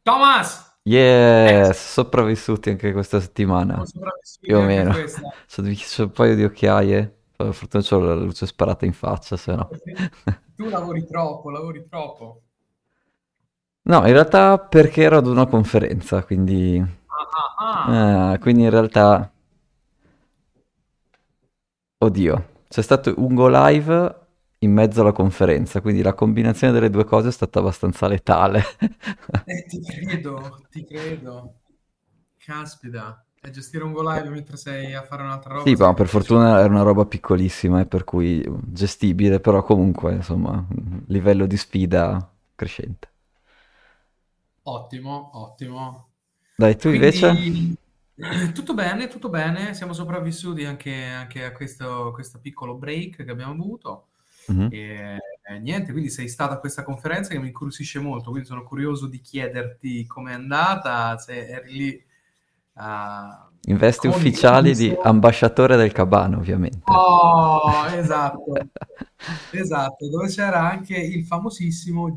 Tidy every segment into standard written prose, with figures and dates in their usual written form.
Thomas! Yes, sopravvissuti anche questa settimana, Siamo più sopravvissuti o anche a meno. questa. C'ho un paio di occhiaie, per fortuna c'ho la luce sparata in faccia, se no. Tu lavori troppo, lavori troppo. No, in realtà perché ero ad una conferenza, Ah, ah, ah. quindi in realtà, oddio, c'è stato un go live in mezzo alla conferenza, quindi la combinazione delle due cose è stata abbastanza letale. Ti credo, ti credo. Caspita, e gestire un go live mentre sei a fare un'altra Sì, roba ma sei per difficile. fortuna era una roba piccolissima e per cui gestibile, però comunque, insomma, livello di sfida crescente. Ottimo, ottimo. Dai, tu invece? Quindi tutto bene, siamo sopravvissuti anche a questo piccolo break che abbiamo avuto. Mhm. E niente, quindi sei stato a questa conferenza che mi incuriosisce molto, quindi sono curioso di chiederti com'è andata, se eri lì In vesti con il ufficiali di viso. ambasciatore del Cabano, ovviamente. Oh, esatto, esatto, dove c'era anche il famosissimo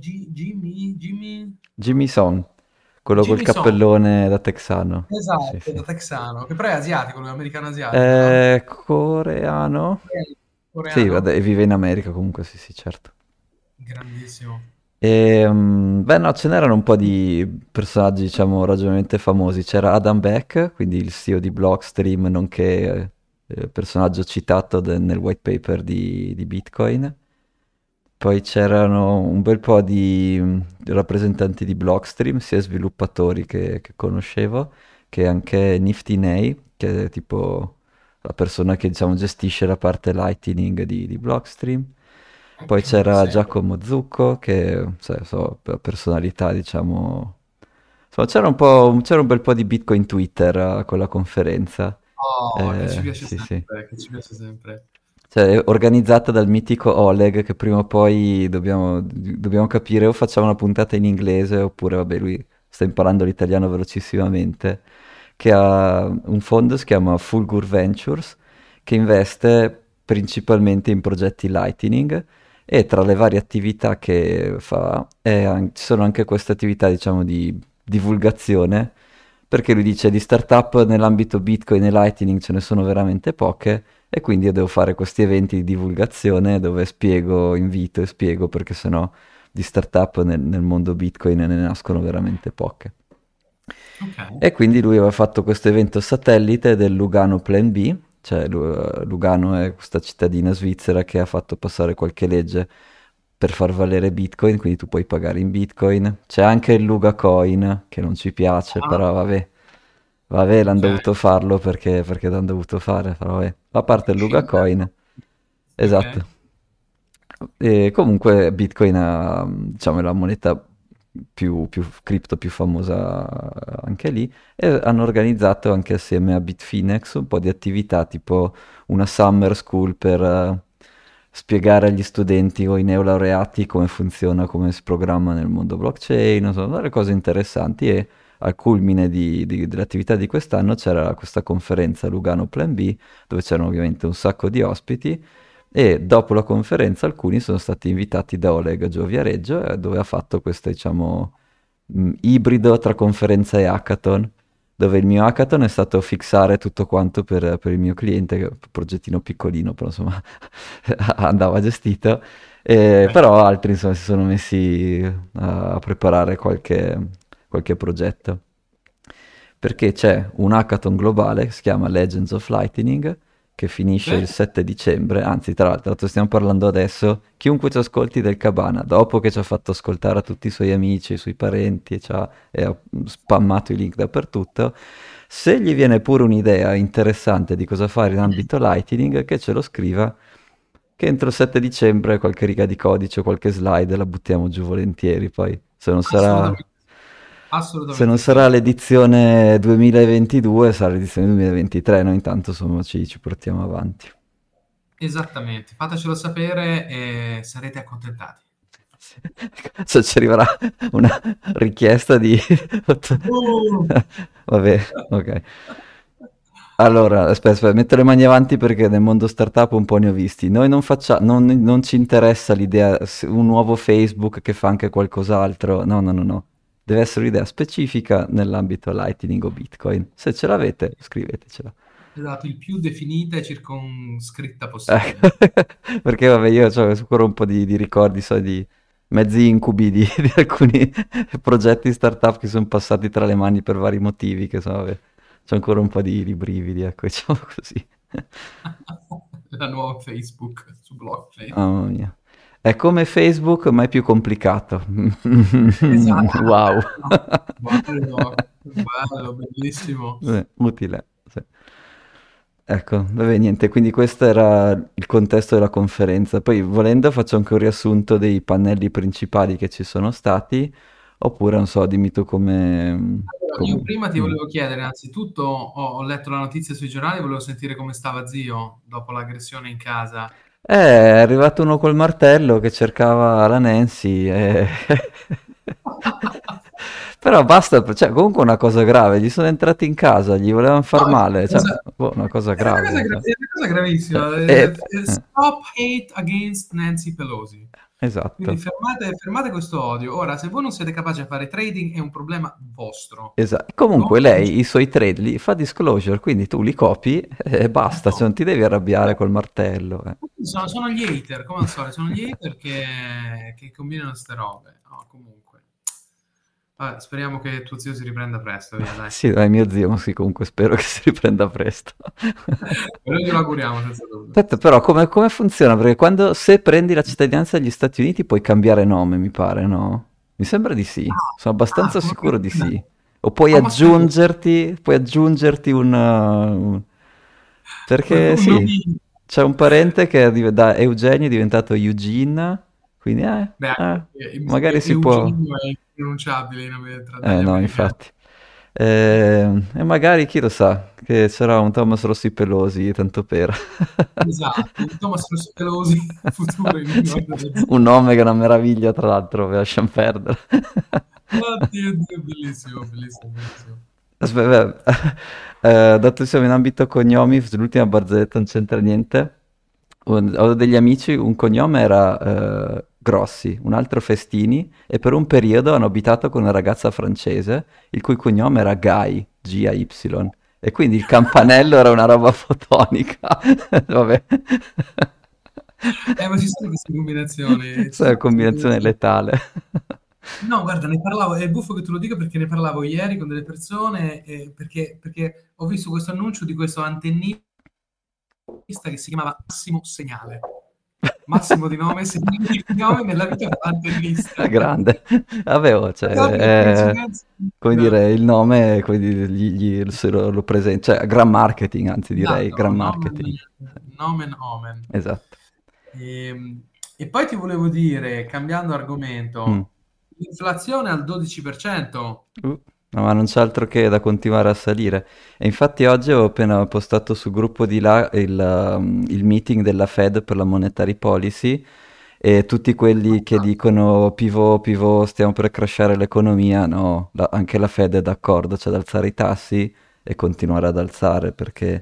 Jimmy Song, quello col Jimmy Song. cappellone da texano. Sì, Esatto, sì. da texano, che però è asiatico, lui è americano asiatico, no? È coreano? Sì, vabbè, Coreano? e vive in America comunque, sì, sì, certo. Grandissimo. Beh, no, ce n'erano un po' di personaggi, diciamo, ragionevolmente famosi. C'era Adam Beck, quindi il CEO di Blockstream, nonché personaggio citato nel white paper di Bitcoin. Poi c'erano un bel po' di rappresentanti di Blockstream, sia sviluppatori che conoscevo, che anche Nifty Nay, che è tipo la persona che diciamo gestisce la parte Lightning di Blockstream. Poi c'era Sì. Giacomo Zucco, che personalità, diciamo. Insomma, c'era un bel po' di Bitcoin Twitter a quella conferenza. Oh, che ci piace Sì, sì. sempre, che ci piace sempre. Cioè, è organizzata dal mitico Oleg, che prima o poi dobbiamo capire o facciamo una puntata in inglese, oppure, vabbè, lui sta imparando l'italiano velocissimamente, che ha un fondo, si chiama Fulgur Ventures, che investe principalmente in progetti Lightning, e tra le varie attività che fa, ci sono anche queste attività, diciamo, di divulgazione, perché lui dice di startup nell'ambito Bitcoin e Lightning ce ne sono veramente poche, e quindi io devo fare questi eventi di divulgazione dove spiego, invito e spiego, perché sennò di startup nel mondo Bitcoin ne nascono veramente poche. Ok. E quindi lui aveva fatto questo evento satellite del Lugano Plan B, cioè Lugano è questa cittadina svizzera che ha fatto passare qualche legge per far valere Bitcoin, quindi tu puoi pagare in Bitcoin. C'è anche il Luga Coin, che non ci piace, Ah, però vabbè. Vabbè, l'hanno ok. dovuto farlo perché l'hanno dovuto fare, però vabbè. A parte il Luga Coin, Ok. esatto. E comunque Bitcoin diciamo, è la moneta più cripto più famosa anche lì, e hanno organizzato anche assieme a Bitfinex un po' di attività tipo una summer school per spiegare agli studenti o ai neolaureati come funziona, come si programma nel mondo blockchain, insomma, delle cose interessanti. E al culmine dell'attività di quest'anno c'era questa conferenza Lugano Plan B, dove c'erano ovviamente un sacco di ospiti, e dopo la conferenza alcuni sono stati invitati da Oleg Gioviareggio, dove ha fatto questo, diciamo, ibrido tra conferenza e hackathon, dove il mio hackathon è stato fissare tutto quanto per il mio cliente, che è un progettino piccolino, però insomma andava gestito, però altri insomma si sono messi a preparare qualche progetto. Perché c'è un hackathon globale che si chiama Legends of Lightning, che finisce Sì? il 7 dicembre, anzi tra l'altro stiamo parlando adesso, chiunque ci ascolti del Cabana, dopo che ci ha fatto ascoltare a tutti i suoi amici, i suoi parenti e ha spammato i link dappertutto, se gli viene pure un'idea interessante di cosa fare in ambito Lightning, che ce lo scriva, che entro il 7 dicembre qualche riga di codice o qualche slide la buttiamo giù volentieri, poi Assolutamente, se non assolutamente sarà sì. l'edizione 2022, sarà l'edizione 2023, noi intanto insomma ci portiamo avanti. Esattamente, fatecelo sapere e sarete accontentati. Se ci arriverà una richiesta di... Boom! Vabbè, ok. Allora, aspetta, metto le mani avanti perché nel mondo startup un po' ne ho visti. Noi non ci interessa l'idea, un nuovo Facebook che fa anche qualcos'altro. No, no, no, no. Deve essere un'idea specifica nell'ambito Lightning o Bitcoin. Se ce l'avete, scrivetecela. Esatto, il più definita e circonscritta Ecco, possibile. perché vabbè, io ho ancora un po' di ricordi, so, di mezzi incubi di alcuni progetti startup che sono passati tra le mani per vari motivi, che sono, vabbè, c'ho ancora un po' di brividi, ecco, diciamo così. La nuova Facebook su blockchain. Mamma mia. È come Facebook, ma è più complicato. Esatto, Wow. bello, bello, bellissimo. Utile. Sì. Ecco, vabbè, niente, quindi questo era il contesto della conferenza. Poi, volendo, faccio anche un riassunto dei pannelli principali che ci sono stati, oppure, non so, dimmi tu come... Allora, io prima ti Mm. volevo chiedere, innanzitutto ho letto la notizia sui giornali, volevo sentire come stava zio dopo l'aggressione in casa. È arrivato uno col martello che cercava la Nancy e... Però basta, cioè comunque una cosa grave, gli sono entrati in casa, gli volevano No, far male, cioè boh, una cosa è una cosa, grave. Cioè. è una cosa gravissima. Eh, Stop hate against Nancy Pelosi. Quindi esatto, fermate questo odio. Ora, se voi non siete capaci a fare trading, è un problema vostro. esatto. Comunque Noi lei i suoi trade li fa disclosure, quindi tu li copi e basta, cioè non ti devi arrabbiare col martello. sono gli hater, come al solito, sono gli hater che combinano queste robe. No, comunque. Vabbè, speriamo che tuo zio si riprenda presto, via, dai. Sì, dai, mio zio, ma sì, comunque spero che si riprenda presto. Però glielo auguriamo senza dubbio. Aspetta, però come funziona? Perché quando se prendi la cittadinanza degli Stati Uniti puoi cambiare nome, mi pare, no? Mi sembra di sì. Sono abbastanza Come sicuro di no. sì. O puoi aggiungerti perché Un sì, nomino. c'è un parente che da Eugenio è diventato Eugene, quindi Beh, magari si può... Eugenio è impronunciabile dagli No, americani. infatti. E magari, chi lo sa, che c'era un Thomas Rossi Pelosi, tanto per... Esatto, un Thomas Rossi Pelosi futuro in Sì, inglese da un zio. nome che è una meraviglia, tra l'altro, lasciamo perdere. Oddio, Dio, bellissimo, bellissimo, bellissimo. Aspetta, dato che siamo in ambito cognomi, l'ultima barzelletta non c'entra niente. Ho degli amici, un cognome era Grossi, un altro Festini, e per un periodo hanno abitato con una ragazza francese, il cui cognome era Guy, G-A-Y, e quindi il campanello era una roba fotonica. Vabbè. Ma ci sono queste combinazioni, ci Questa è una sono queste combinazione combinazioni. letale. No, guarda, ne parlavo, è buffo che tu lo dica perché ne parlavo ieri con delle persone, perché ho visto questo annuncio di questo antennista che si chiamava Massimo Segnale. Massimo di nome, Segnale di cognome, nella vita fa È l'antennista. grande. Vabbè, oh, cioè, Guarda che coincidenza. come dire, il nome, come dire, se lo presenta, cioè, gran marketing, anzi direi, Esatto, gran marketing. nomen omen. Esatto. E poi ti volevo dire, cambiando Mm. argomento, l'inflazione al 12%. No, ma non c'è altro che da continuare a salire. E infatti oggi ho appena postato sul gruppo di là il meeting della Fed per la monetary policy e tutti quelli che dicono pivot, pivot, stiamo per crashare l'economia, no, anche la Fed è d'accordo, c'è da alzare i tassi e continuare ad alzare perché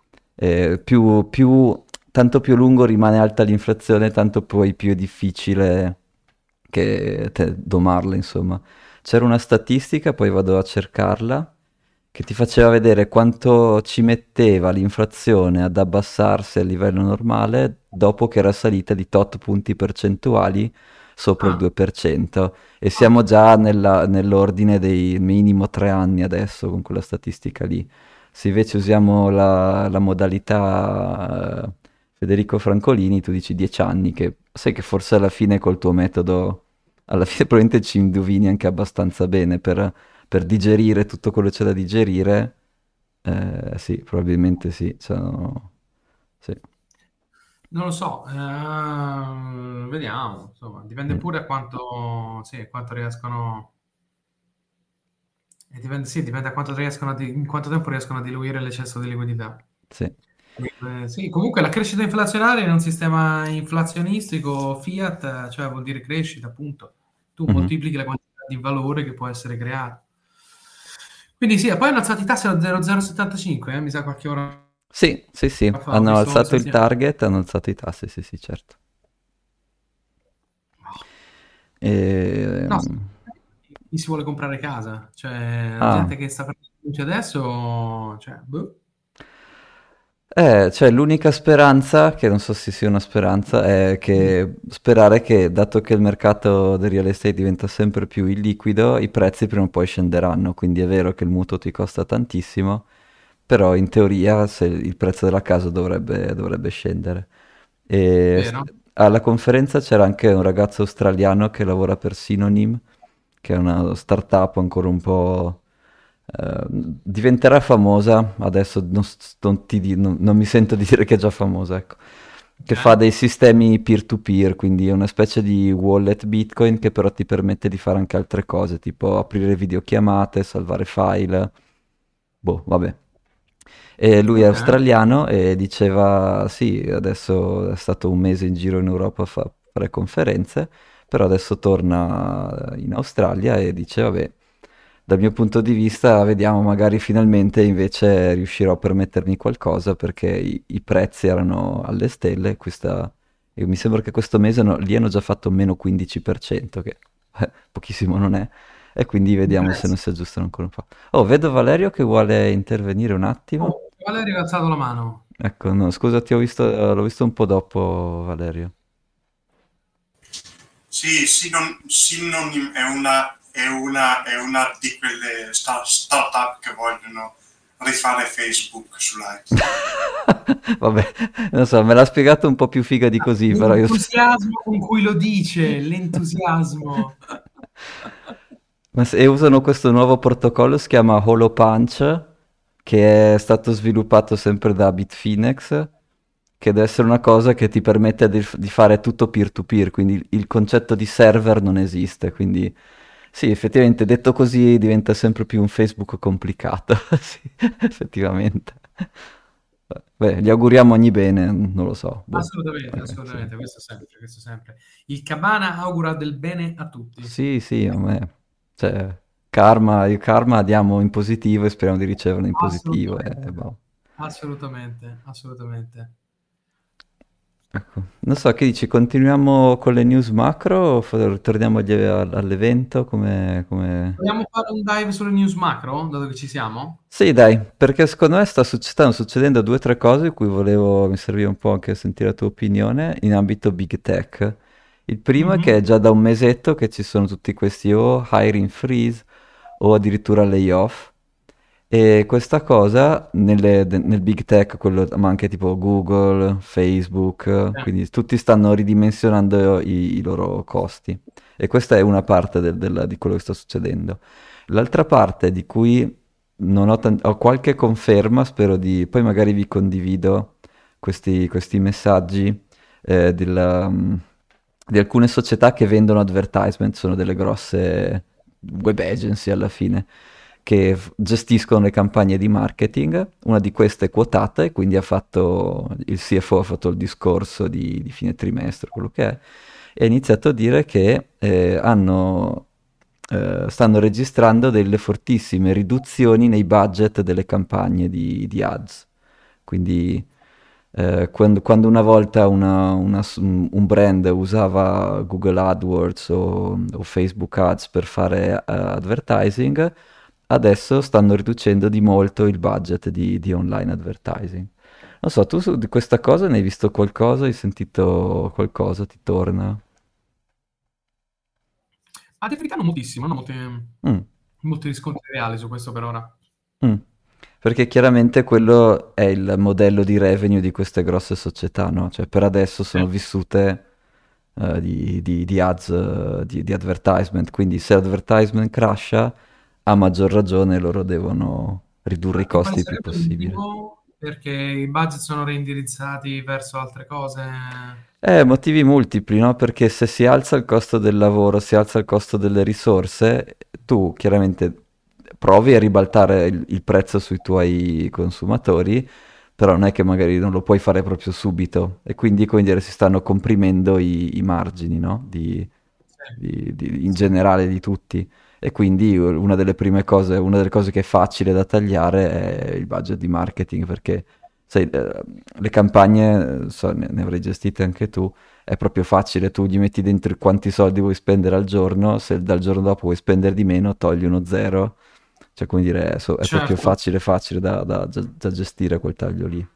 tanto più a lungo rimane alta l'inflazione, tanto poi più è difficile domarla, insomma. C'era una statistica, poi vado a cercarla, che ti faceva vedere quanto ci metteva l'inflazione ad abbassarsi a livello normale dopo che era salita di tot punti percentuali sopra il Ah, 2%. E siamo già nell'ordine dei minimo 3 anni adesso con quella statistica lì. Se invece usiamo la modalità Federico Francolini, tu dici 10 anni, che sai che forse alla fine col tuo metodo, alla fine probabilmente ci indovini anche abbastanza bene per digerire tutto quello che c'è da digerire. Sì, probabilmente sì. Sì. non lo so, vediamo, insomma, dipende Mm, pure a quanto, sì, a quanto riescono, e dipende, sì, dipende a quanto riescono in quanto tempo riescono a diluire l'eccesso di liquidità. sì. Sì, comunque la crescita inflazionaria in un sistema inflazionistico fiat, cioè vuol dire crescita, appunto. Tu Mhm. moltiplichi la quantità di valore che può essere creato. Quindi sì, e poi hanno alzato i tassi allo 0,075, mi sa qualche ora Sì, sì, sì. fa, ho Hanno visto, alzato il sì. target, hanno alzato i tassi, sì, sì, certo. No, Ehm, chi si vuole comprare casa. Cioè, la Ah. gente che sta prendendo luce adesso, cioè, boh. Cioè l'unica speranza, che non so se sia una speranza, è che sperare che, dato che il mercato del real estate diventa sempre più illiquido, i prezzi prima o poi scenderanno. Quindi è vero che il mutuo ti costa tantissimo, però in teoria il prezzo della casa dovrebbe scendere. E Vero? alla conferenza c'era anche un ragazzo australiano che lavora per Synonym, che è una startup ancora un po'. Diventerà famosa, adesso non mi sento di dire che è già famosa, ecco. Ok. Che fa dei sistemi peer-to-peer, quindi è una specie di wallet Bitcoin che però ti permette di fare anche altre cose, tipo aprire videochiamate, salvare file. Boh, vabbè. E lui è Ok. australiano e diceva, sì, adesso è stato un mese in giro in Europa a fare conferenze, però adesso torna in Australia e dice, vabbè, dal mio punto di vista, vediamo, magari finalmente invece riuscirò a permettermi qualcosa perché i prezzi erano alle stelle. E mi sembra che questo mese lì hanno già fatto meno 15%, che pochissimo non è, e quindi I vediamo se non prezzi. si aggiustano ancora un po'. Oh, vedo Valerio che vuole intervenire un attimo. Oh, Valerio ha alzato la mano. Ecco, no, scusa, l'ho visto un po' dopo, Valerio. Sì, Synonym è una di quelle startup che vogliono rifare Facebook sull'iPhone. Vabbè, non so, me l'ha spiegato un po' più figa di così, però io. L'entusiasmo con cui lo dice, l'entusiasmo. E usano questo nuovo protocollo, si chiama Holopunch, che è stato sviluppato sempre da Bitfinex, che deve essere una cosa che ti permette di fare tutto peer-to-peer, quindi il concetto di server non esiste, quindi sì, effettivamente detto così diventa sempre più un Facebook complicato, sì, effettivamente. Beh, gli auguriamo ogni bene, non lo so, boh. Assolutamente, Ok, sì. assolutamente, questo sempre, questo sempre. Il Cabana augura del bene a tutti. Sì, sì, a me. Cioè, il karma diamo in positivo e speriamo di riceverlo in positivo. Assolutamente, Boh. assolutamente, assolutamente. Ecco. Non so, che dici, continuiamo con le news macro o ritorniamo all'evento? Vogliamo fare un dive sulle news macro, dato che ci siamo? Sì, dai, perché secondo me stanno succedendo due o tre cose di cui mi serviva un po' anche sentire la tua opinione in ambito big tech. Il primo è che Mhm. è già da un mesetto che ci sono tutti questi o hiring freeze o addirittura layoff. E questa cosa nel big tech, ma anche tipo Google, Facebook, Eh, quindi tutti stanno ridimensionando i loro costi. E questa è una parte di quello che sta succedendo. L'altra parte di cui non ho qualche conferma, spero poi magari vi condivido questi messaggi di alcune società che vendono advertisement, sono delle grosse web agency alla fine, che gestiscono le campagne di marketing. Una di queste è quotata e quindi il CFO ha fatto il discorso di fine trimestre, quello che è, e ha iniziato a dire che stanno registrando delle fortissime riduzioni nei budget delle campagne di ads. Quindi quando una volta un brand usava Google AdWords o Facebook Ads per fare advertising, adesso stanno riducendo di molto il budget di online advertising. Non so, tu di questa cosa ne hai visto qualcosa? Hai sentito qualcosa? Ti torna? a verità non moltissimo, non molti, Mm. molti riscontri reali su questo per ora. Mm. Perché chiaramente quello è il modello di revenue di queste grosse società, no? Cioè per adesso Sì. sono vissute di ads, di advertisement, quindi se l'advertisement crasha, a maggior ragione loro devono ridurre i E quale costi il più sarebbe il possibile. motivo? Perché i budget sono reindirizzati verso altre cose. Motivi multipli, no? Perché se si alza il costo del lavoro, si alza il costo delle risorse, tu chiaramente provi a ribaltare il prezzo sui tuoi consumatori, però non è che magari non lo puoi fare proprio subito e quindi, come dire, si stanno comprimendo i margini, no? Sì, In sì. generale di tutti. E quindi una delle cose che è facile da tagliare è il budget di marketing, perché sai, le campagne, ne avrai gestite anche tu, è proprio facile, tu gli metti dentro quanti soldi vuoi spendere al giorno, se dal giorno dopo vuoi spendere di meno, togli uno zero, cioè come dire, è proprio Certo, facile da gestire quel taglio lì.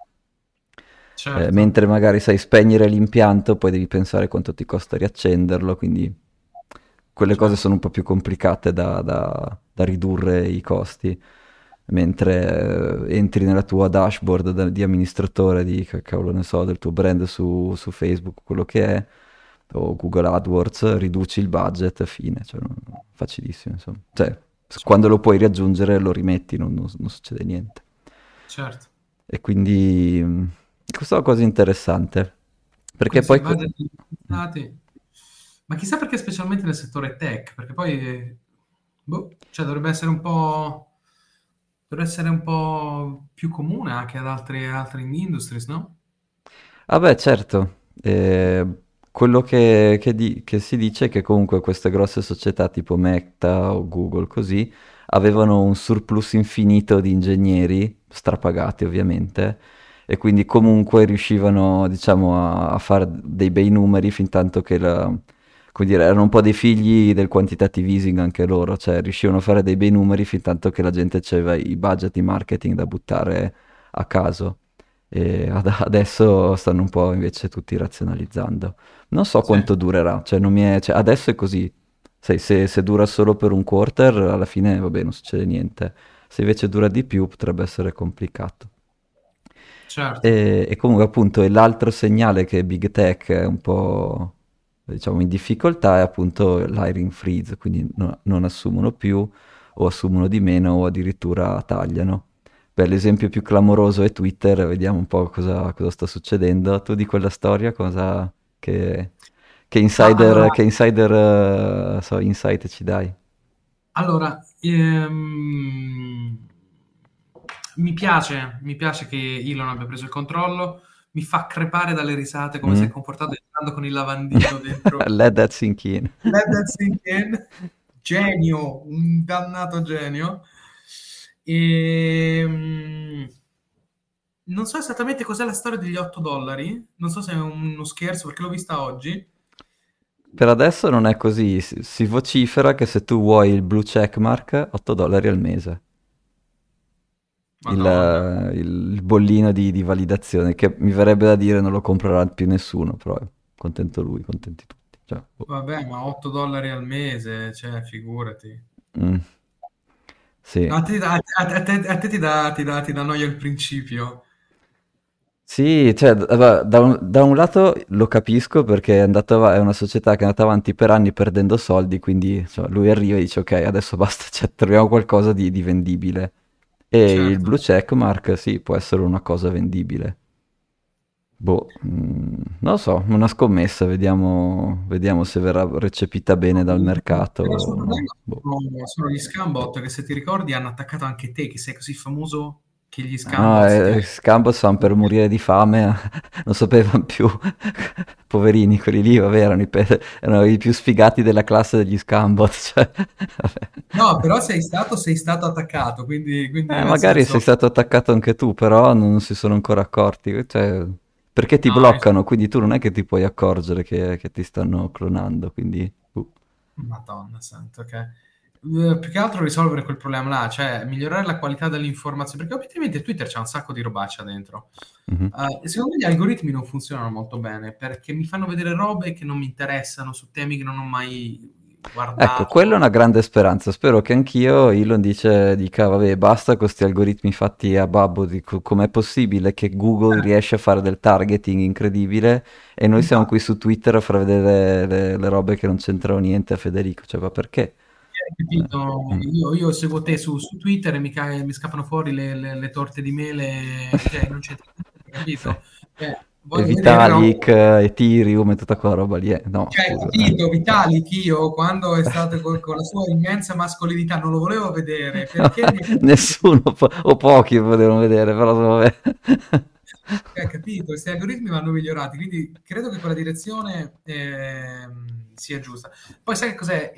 certo. Mentre magari sai spegnere l'impianto, poi devi pensare quanto ti costa riaccenderlo, quindi quelle cose Certo. sono un po' più complicate da ridurre i costi, mentre entri nella tua dashboard di amministratore di, che cavolo ne so, del tuo brand su Facebook, quello che è, o Google AdWords, riduci il budget, fine, cioè, facilissimo, insomma. Cioè, quando lo puoi riaggiungere lo rimetti, non succede niente. Certo. E quindi questa è una cosa interessante, perché Quindi sì, poi... budget limitati. Ma chissà perché specialmente nel settore tech, perché poi boh, cioè dovrebbe essere un po' più comune anche ad altri industries, no? Ah beh, certo. Quello che si dice è che comunque queste grosse società tipo Meta o Google così avevano un surplus infinito di ingegneri, strapagati ovviamente, e quindi comunque riuscivano, diciamo, a fare dei bei numeri fin tanto che come dire, erano un po' dei figli del quantitative easing anche loro, cioè riuscivano a fare dei bei numeri fin tanto che la gente aveva i budget di marketing da buttare a caso. E adesso stanno un po' invece tutti razionalizzando. Non so Sì, quanto durerà, cioè, non mi è- cioè, adesso è così. Sai, se dura solo per un quarter, alla fine vabbè, non succede niente. Se invece dura di più, potrebbe essere complicato. certo. E comunque, appunto, e l'altro segnale che Big Tech è un po', diciamo, in difficoltà è appunto l'hiring freeze, quindi non assumono più, o assumono di meno, o addirittura tagliano. Beh, l'esempio più clamoroso è Twitter, vediamo un po' cosa sta succedendo. Tu di quella storia, che, Ma allora, insight ci dai? allora, mi piace che Elon abbia preso il controllo, mi fa crepare dalle risate come si è Mm? comportato entrando con il lavandino dentro. Let that sink in. Let that sink in. Genio, un dannato genio. Non so esattamente cos'è la storia degli 8 dollari, non so se è uno scherzo perché l'ho vista oggi. Per adesso non è così, si vocifera che se tu vuoi il blue checkmark, 8 dollari al mese. Madonna. Il bollino di validazione, che mi verrebbe da dire non lo comprerà più nessuno, però contento lui, contenti tutti. Cioè, boh. Vabbè, ma 8 dollari al mese, cioè, figurati. Mm, sì. A te ti dà noia il principio. Sì, cioè, da un lato lo capisco perché è una società che è andata avanti per anni perdendo soldi, quindi insomma, lui arriva e dice ok, adesso basta, cioè, troviamo qualcosa di vendibile. E il Certo. blue checkmark, sì, può essere una cosa vendibile. Boh, non lo so, una scommessa, vediamo se verrà recepita bene dal mercato. Il grosso problema Boh. sono gli scambot che se ti ricordi hanno attaccato anche te, che sei così famoso che gli No, scambot ti hanno... Scambio stavano per morire di fame, non sapevano più. Poverini, quelli lì, vabbè, erano i più sfigati della classe degli Scambot, cioè, vabbè. No, però sei stato attaccato, quindi nel Magari sei senso... stato attaccato anche tu, però non si sono ancora accorti, cioè, perché ti No, bloccano, quindi tu non è che ti puoi accorgere che ti stanno clonando, quindi... Madonna santa, ok. Più che altro risolvere quel problema là, cioè migliorare la qualità dell'informazione, perché obiettivamente Twitter c'ha un sacco di robaccia dentro. Mhm. E secondo me gli algoritmi non funzionano molto bene, perché mi fanno vedere robe che non mi interessano, su temi che non ho mai Ecco, quella è guardato. una grande speranza. Spero che anch'io, Elon dica, vabbè, basta con questi algoritmi fatti a babbo, com'è possibile che Google Eh, riesce a fare del targeting incredibile e noi siamo qui infatti, su Twitter a far vedere le robe che non c'entrano niente a Federico. Cioè, ma perché? hai capito? Mm. Io seguo te su Twitter e mi scappano fuori le torte di mele che non c'entra niente, Sì. capito? E Voglio vedere robe. Vitalik, Ethereum e tutta quella roba lì. No, Cioè, scusa. capito, Vitalik, io quando è stato con la sua immensa mascolinità non lo volevo vedere perché mi... Nessuno o pochi potevano vedere, però vabbè. Capito, questi algoritmi vanno migliorati, quindi credo che quella direzione sia giusta. Poi sai che cos'è?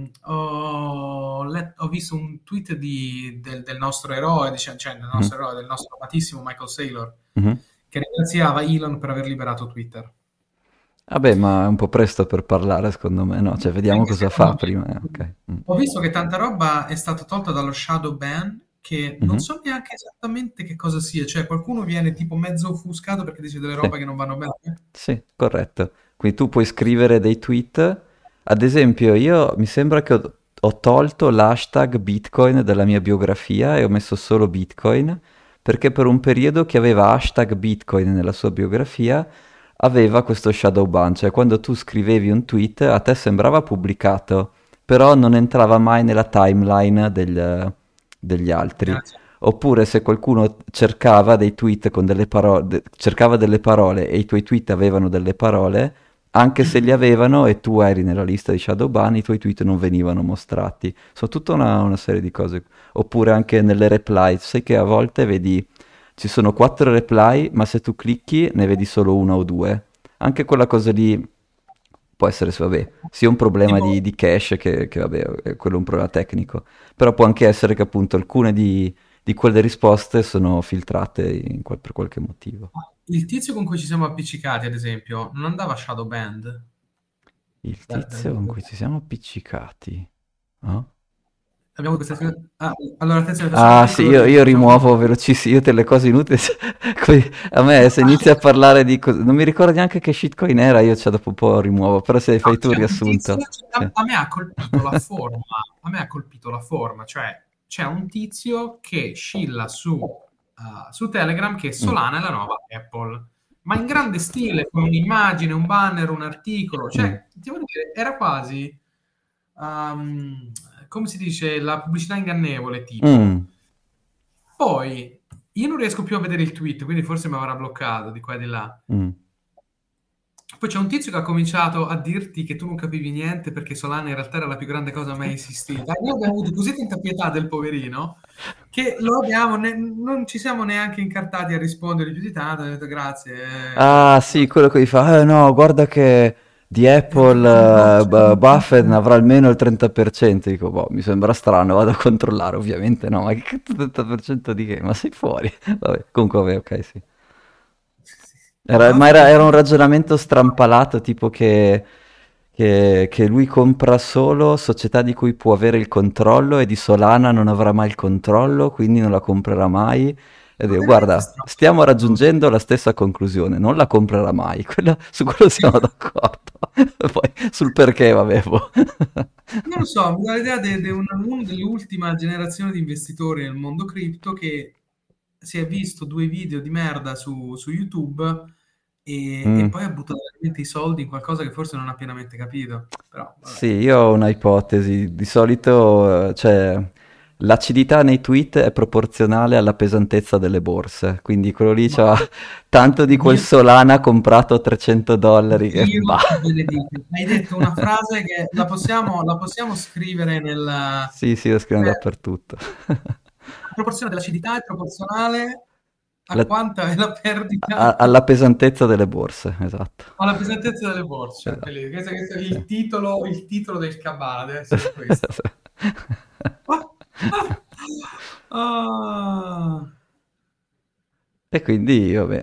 Ho visto un tweet del nostro eroe, diciamo, cioè del Mhm. nostro eroe, del nostro amatissimo Michael Saylor, Mhm. che ringraziava Elon per aver liberato Twitter. Vabbè, ma è un po' presto per parlare, secondo me, no? Cioè, vediamo Anche cosa fa secondo prima. me. Ok. Ho visto che tanta roba è stata tolta dallo shadow ban, che non Mhm. so neanche esattamente che cosa sia, cioè qualcuno viene tipo mezzo offuscato perché dice delle Sì, robe che non vanno bene. sì, corretto. Quindi tu puoi scrivere dei tweet. Ad esempio, io mi sembra che ho tolto l'hashtag Bitcoin dalla mia biografia e ho messo solo Bitcoin, perché per un periodo chi aveva hashtag Bitcoin nella sua biografia aveva questo shadow ban, cioè quando tu scrivevi un tweet a te sembrava pubblicato, però non entrava mai nella timeline degli altri. Oppure se qualcuno cercava dei tweet con delle parole, cercava delle parole e i tuoi tweet avevano delle parole, anche se li avevano e tu eri nella lista di Shadowban, i tuoi tweet non venivano mostrati. Sono tutta una serie di cose. Oppure anche nelle reply, sai che a volte vedi, ci sono 4 reply, ma se tu clicchi ne vedi solo una o due. Anche quella cosa lì può essere, vabbè, sia un problema Tipo, di cache che, vabbè, è quello un problema tecnico. Però può anche essere che appunto alcune di quelle risposte sono filtrate per qualche motivo. il tizio con cui ci siamo appiccicati, ad esempio, non andava shadow band? Il Dal tizio con gruppo. cui ci siamo appiccicati. Ah, Abbiamo questa... allora, attenzione, facciamo un ah, sì, piccolo io recap. rimuovo velocissimo, io te le cose inutili. A me se inizi a parlare di cose... Non mi ricordo neanche che shitcoin era, io cioè, dopo un po' rimuovo, però se No, fai tu il c'è un tizio, riassunto. Sì. a me ha colpito la forma, a me ha colpito la forma, cioè c'è un tizio che scilla su Telegram che Mm. Solana è la nuova Apple, ma in grande stile, con un'immagine, un banner, un articolo, Mm. cioè, ti voglio dire, era quasi, um, come si dice, la pubblicità ingannevole, tipo. Mm. Poi, io non riesco più a vedere il tweet, quindi forse mi avrà bloccato di qua e di là. Mm. Poi c'è un tizio che ha cominciato a dirti che tu non capivi niente perché Solana in realtà era la più grande cosa mai esistita. Noi abbiamo avuto così tanta pietà del poverino che non ci siamo neanche incartati a rispondere più di tanto. Ho detto grazie. Ah, sì, quello che gli fa, no, guarda che di È la più grande Apple blockchain. Buffett ne avrà almeno il 30%. Dico, boh, mi sembra strano, vado a controllare, ovviamente no, ma che 30% di che? Ma sei fuori? Vabbè, comunque, vabbè, ok, sì. No, Era Buffett. un ragionamento strampalato, tipo che lui compra solo società di cui può avere il controllo e di Solana non avrà mai il controllo, quindi non la comprerà mai. E Ma dico, veramente guarda, stiamo strano. raggiungendo la stessa conclusione, non la comprerà mai, su quello siamo d'accordo. Poi sul perché, vabbè, boh. Non lo so, mi dà l'idea di uno dell'ultima generazione di investitori nel mondo cripto che si è visto due video di merda su YouTube e Mm. poi ha buttato veramente i soldi in qualcosa che forse non ha pienamente capito. Però, Sì, vabbè. io ho una ipotesi. Di solito, cioè, l'acidità nei tweet è proporzionale alla pesantezza delle borse. Quindi quello lì Ma c'ha tanto di quel Dio, Solana comprato a $300 che Dio bah. ti benedica. Hai detto una frase che la possiamo scrivere Sì, sì, lo scrivono la dappertutto. proporzione dell'acidità è proporzionale a La- quanta è la perdita. alla pesantezza delle borse, esatto. Ho la pesantezza delle borse, Esatto. questo è Sì. il titolo del cabana, deve essere questo. Ah. E quindi, vabbè,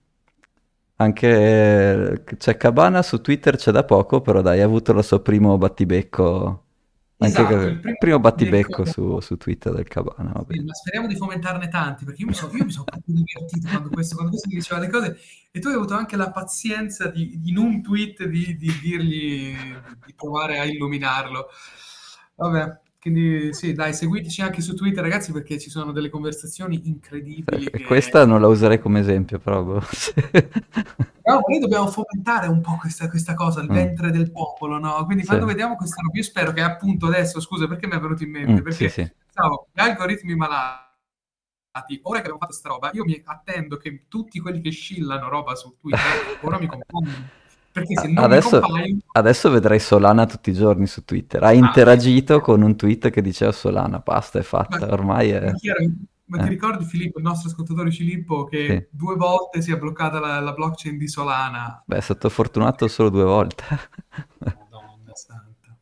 anche c'è Cabana su Twitter c'è da poco, però dai, ha avuto il suo primo battibecco, anche Esatto, il il primo primo becco battibecco su, dopo. su Twitter del Cabana, va Sì, bene. ma speriamo di fomentarne tanti, perché io mi sono proprio divertito quando questo mi diceva le cose e tu hai avuto anche la pazienza in un tweet di dirgli di provare a illuminarlo. Vabbè, quindi sì, dai, seguiteci anche su Twitter, ragazzi, perché ci sono delle conversazioni incredibili E che... questa non la userei come esempio, però, boh, sì. No, noi dobbiamo fomentare un po' questa cosa, il Mm, ventre del popolo, no? Quindi sì. quando vediamo questa roba, io spero che appunto adesso, scusa, perché mi è venuto in mente? Sì, Perché sì. pensavo, gli algoritmi malati, ora che abbiamo fatto sta roba, io mi attendo che tutti quelli che scillano roba su Twitter ora mi compaiono. Perché se non mi Adesso, compaiono, adesso vedrai Solana tutti i giorni su Twitter. Ha ah, interagito con un tweet che diceva Solana, basta, è ma, fatta, ormai ma è... chi era? Ma ti eh, ricordi Filippo, il nostro ascoltatore Filippo, sì. che 2 volte si è bloccata la blockchain di Solana? Beh, è stato fortunato solo 2 volte. Madonna santa.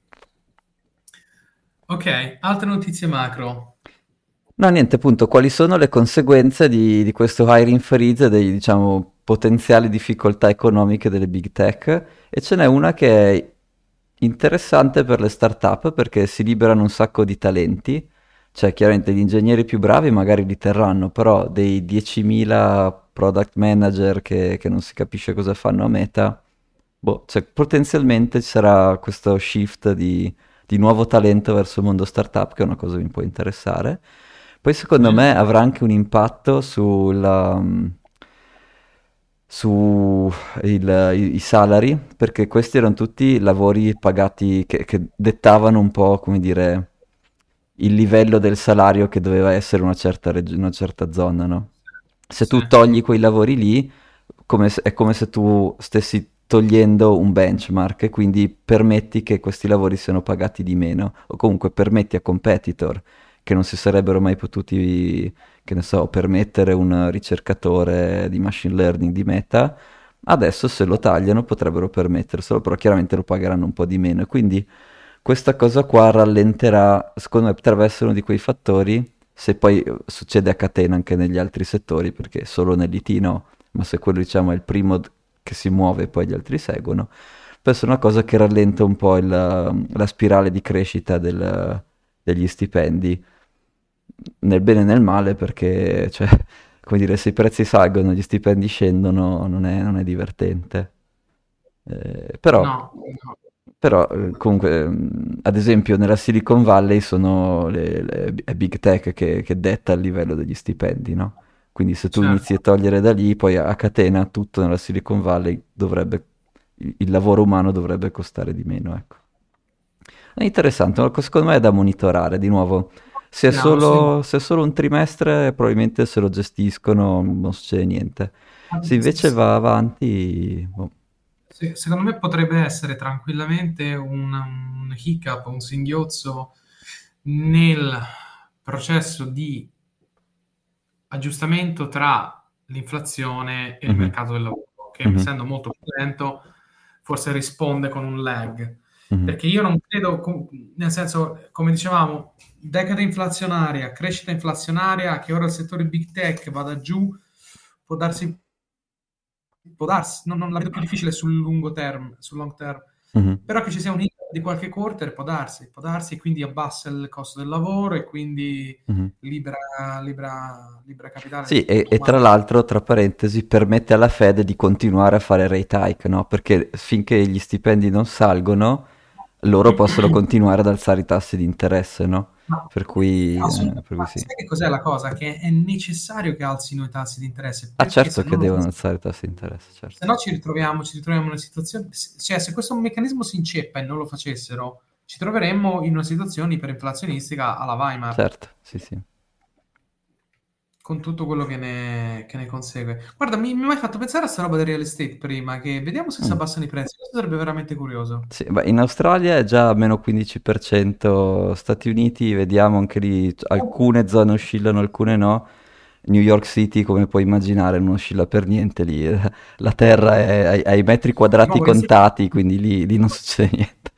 Ok, altre notizie macro. No, niente, appunto, quali sono le conseguenze di questo hiring freeze e dei, diciamo, potenziali difficoltà economiche delle big tech, e ce n'è una che è interessante per le startup perché si liberano un sacco di talenti. Cioè, chiaramente gli ingegneri più bravi magari li terranno, però dei 10.000 product manager che non si capisce cosa fanno a Meta, boh, cioè, potenzialmente ci sarà questo shift di nuovo talento verso il mondo startup, che è una cosa che mi può interessare. Poi secondo me avrà anche un impatto su i salari, perché questi erano tutti lavori pagati che dettavano un po', come dire, il livello del salario che doveva essere una certa zona, no? Se Sì. tu togli quei lavori lì, è come se tu stessi togliendo un benchmark e quindi permetti che questi lavori siano pagati di meno, o comunque permetti a competitor che non si sarebbero mai potuti, che ne so, permettere un ricercatore di machine learning di Meta, adesso se lo tagliano potrebbero permetterselo, però chiaramente lo pagheranno un po' di meno, e quindi questa cosa qua rallenterà, secondo me potrebbe essere uno di quei fattori, se poi succede a catena anche negli altri settori, perché solo nell'IT no, ma se quello diciamo è il primo che si muove e poi gli altri seguono, può essere una cosa che rallenta un po' la spirale di crescita degli stipendi, nel bene e nel male, perché, cioè, come dire, se i prezzi salgono e gli stipendi scendono, non è divertente. Però, No, no. comunque, ad esempio, nella Silicon Valley sono è Big Tech che detta il livello degli stipendi, no? Quindi se tu inizi a Certo. togliere da lì, poi a catena tutto nella Silicon Valley il lavoro umano dovrebbe costare di meno, ecco. È interessante, secondo me è da monitorare, di nuovo. Speriamo. Se è solo un trimestre, probabilmente se lo gestiscono non succede niente. Se invece va avanti, boh. Sì, secondo me potrebbe essere tranquillamente un hiccup, un singhiozzo nel processo di aggiustamento tra l'inflazione e il Mhm, mercato del lavoro, che mhm, essendo molto più lento, forse risponde con un lag. mhm, Perché io non credo, nel senso, come dicevamo, decade inflazionaria, crescita inflazionaria, che ora il settore big tech vada giù, può darsi, non la vedo più difficile sul lungo term, sul long term, mhm. però che ci sia un hiccup di qualche quarter può darsi, e quindi abbassa il costo del lavoro e quindi Mhm. libera capitale Sì, e tra umano. l'altro, tra parentesi, permette alla Fed di continuare a fare rate hike, no? Perché finché gli stipendi non salgono, loro possono continuare ad alzare i tassi di interesse, no? Ma Per assolutamente, cui ma sì. sai che cos'è la cosa? Che è necessario che alzino i tassi di interesse, Ah, perché certo se che non lo devono fanno, alzare i tassi di interesse, se certo. no ci ritroviamo in una situazione, cioè se questo meccanismo si inceppa e non lo facessero, ci troveremmo in una situazione iperinflazionistica alla Weimar, Certo, sì, sì. con tutto quello che ne consegue. Guarda, mi hai mai fatto pensare a sta roba del real estate prima, che vediamo se si Mm. abbassano i prezzi, questo sarebbe veramente curioso. Sì, beh, in Australia è già a meno 15%, Stati Uniti vediamo anche lì, alcune zone oscillano, alcune no. New York City, come puoi immaginare, non oscilla per niente lì, la terra è ai metri Di quadrati nuovo, io, contati, quindi lì non succede niente.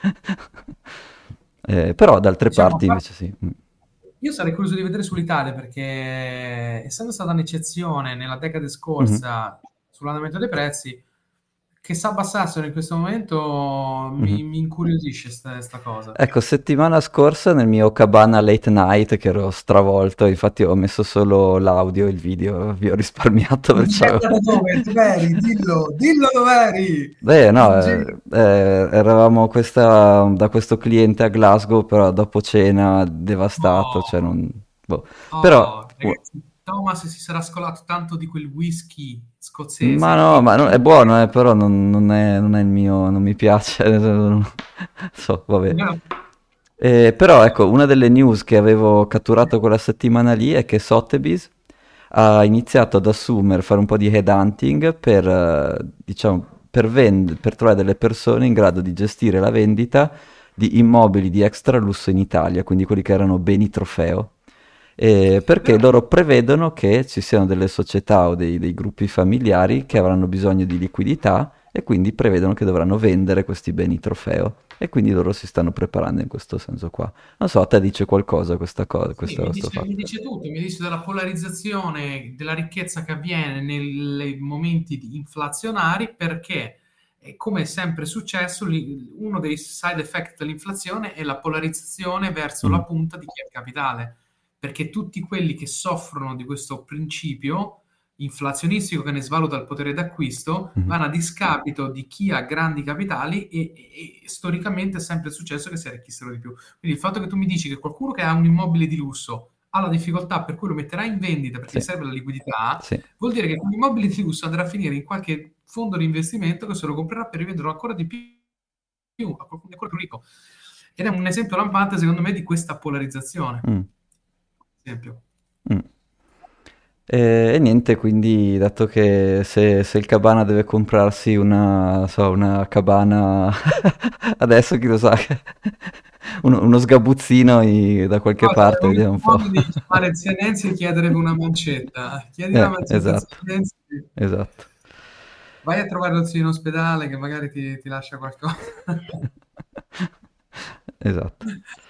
Però da altre diciamo, parti invece sì. Mm. io sarei curioso di vedere sull'Italia perché, essendo stata un'eccezione nella decade Mhm, scorsa sull'andamento dei prezzi, che si abbassassero in questo momento mhm. mi incuriosisce sta cosa. Ecco, settimana scorsa nel mio cabana late night che ero stravolto, infatti ho messo solo l'audio e il video, vi ho risparmiato In perciò... diretta da dove? Dov'eri? Dillo dov'eri! No, In giro. eravamo da questo cliente a Glasgow, però dopo cena devastato, cioè Oh, non... boh. Però, ragazzi, Thomas si sarà scolato tanto di quel whisky ma scozzese no, che... è buono, però non è il mio, non mi piace, non so, vabbè. Però ecco, una delle news che avevo catturato quella settimana lì è che Sotheby's ha iniziato ad assumere, fare un po' di headhunting per, diciamo, per trovare delle persone in grado di gestire la vendita di immobili di extra lusso in Italia, quindi quelli che erano beni trofeo. Perché Però, loro prevedono che ci siano delle società o dei gruppi familiari che avranno bisogno di liquidità e quindi prevedono che dovranno vendere questi beni trofeo e quindi loro si stanno preparando in questo senso qua. Non so, a te dice qualcosa questa cosa, Sì, questo mi fatto? dice tutto, mi dice della polarizzazione della ricchezza che avviene nei momenti inflazionari perché, come è sempre successo, uno dei side effect dell'inflazione è la polarizzazione verso la Mhm, punta di chi ha il capitale, perché tutti quelli che soffrono di questo principio inflazionistico che ne svaluta il potere d'acquisto mhm, vanno a discapito di chi ha grandi capitali e storicamente è sempre successo che si arricchissero di più. Quindi il fatto che tu mi dici che qualcuno che ha un immobile di lusso ha la difficoltà per cui lo metterà in vendita perché sì, gli serve la liquidità, sì. vuol dire che quell'immobile di lusso andrà a finire in qualche fondo di investimento che se lo comprerà per rivenderlo ancora di più a qualcuno di ancora più ricco. Ed è un esempio lampante, secondo me, di questa polarizzazione. Mm, Esempio. mm. E niente, quindi dato che se il Cabana deve comprarsi una, so, una cabana adesso, chi lo sa, uno sgabuzzino da qualche Guarda, parte, ho il vediamo un po'. modo di chiamare zia Nancy e chiedere una mancetta. Chiedi una mancetta a zia Esatto, Nancy. esatto, Vai a trovare lo zio in ospedale che magari ti lascia qualcosa. esatto.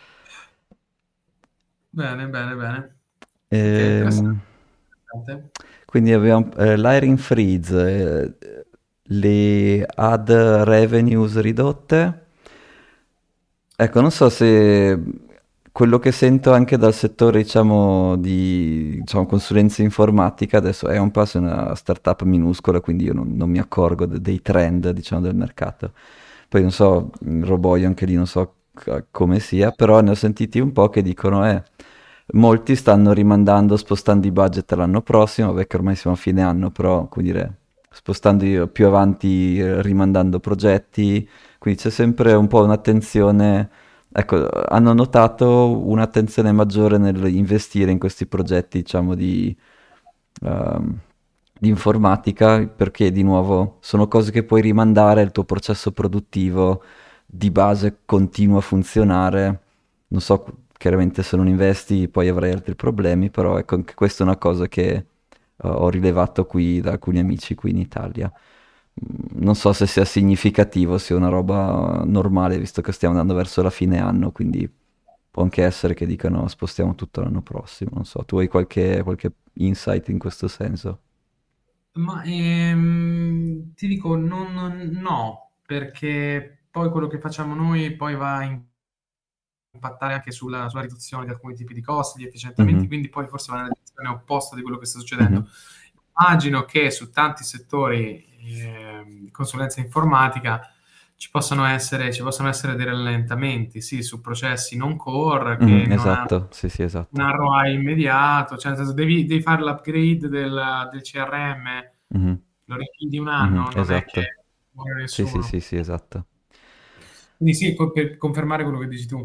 Bene, bene, bene. Ok, Ehm, interessante. Interessante. quindi abbiamo l'hiring freeze, le ad revenues ridotte. Ecco, non so se quello che sento anche dal settore, diciamo, di diciamo, consulenza informatica, adesso è un passo una startup minuscola, quindi io non mi accorgo dei trend, diciamo, del mercato. Poi non so, il Roboio anche lì non so come sia, però ne ho sentiti un po' che dicono, molti stanno rimandando, spostando i budget all'anno prossimo, vabbè che ormai siamo a fine anno, però, come dire, spostando più avanti, rimandando progetti, quindi c'è sempre un po' un'attenzione, ecco, hanno notato un'attenzione maggiore nell'investire in questi progetti, diciamo, ehm, di informatica, perché di nuovo sono cose che puoi rimandare, il tuo processo produttivo di base continua a funzionare. Non so, chiaramente se non investi poi avrai altri problemi, però ecco, anche questa è una cosa che ho rilevato qui da alcuni amici qui in Italia. Non so se sia significativo, sia una roba normale, visto che stiamo andando verso la fine anno, quindi può anche essere che dicano spostiamo tutto l'anno prossimo. Non so, tu hai qualche insight in questo senso? Ma ti dico no, perché poi quello che facciamo noi poi va a impattare anche sulla riduzione di alcuni tipi di costi, di efficientamenti, Mhm, quindi poi forse va nella direzione opposta di quello che sta mhm, succedendo. Immagino che su tanti settori di consulenza informatica ci possano essere dei rallentamenti, sì, su processi non core che non hanno esatto, sì, sì, un esatto. ROI immediato, cioè nel senso devi fare l'upgrade del CRM, Mhm, lo richiedi un anno, non è che esatto. muore Sì, sì, sì, nessuno. sì, esatto. Quindi sì, per confermare quello che dici tu.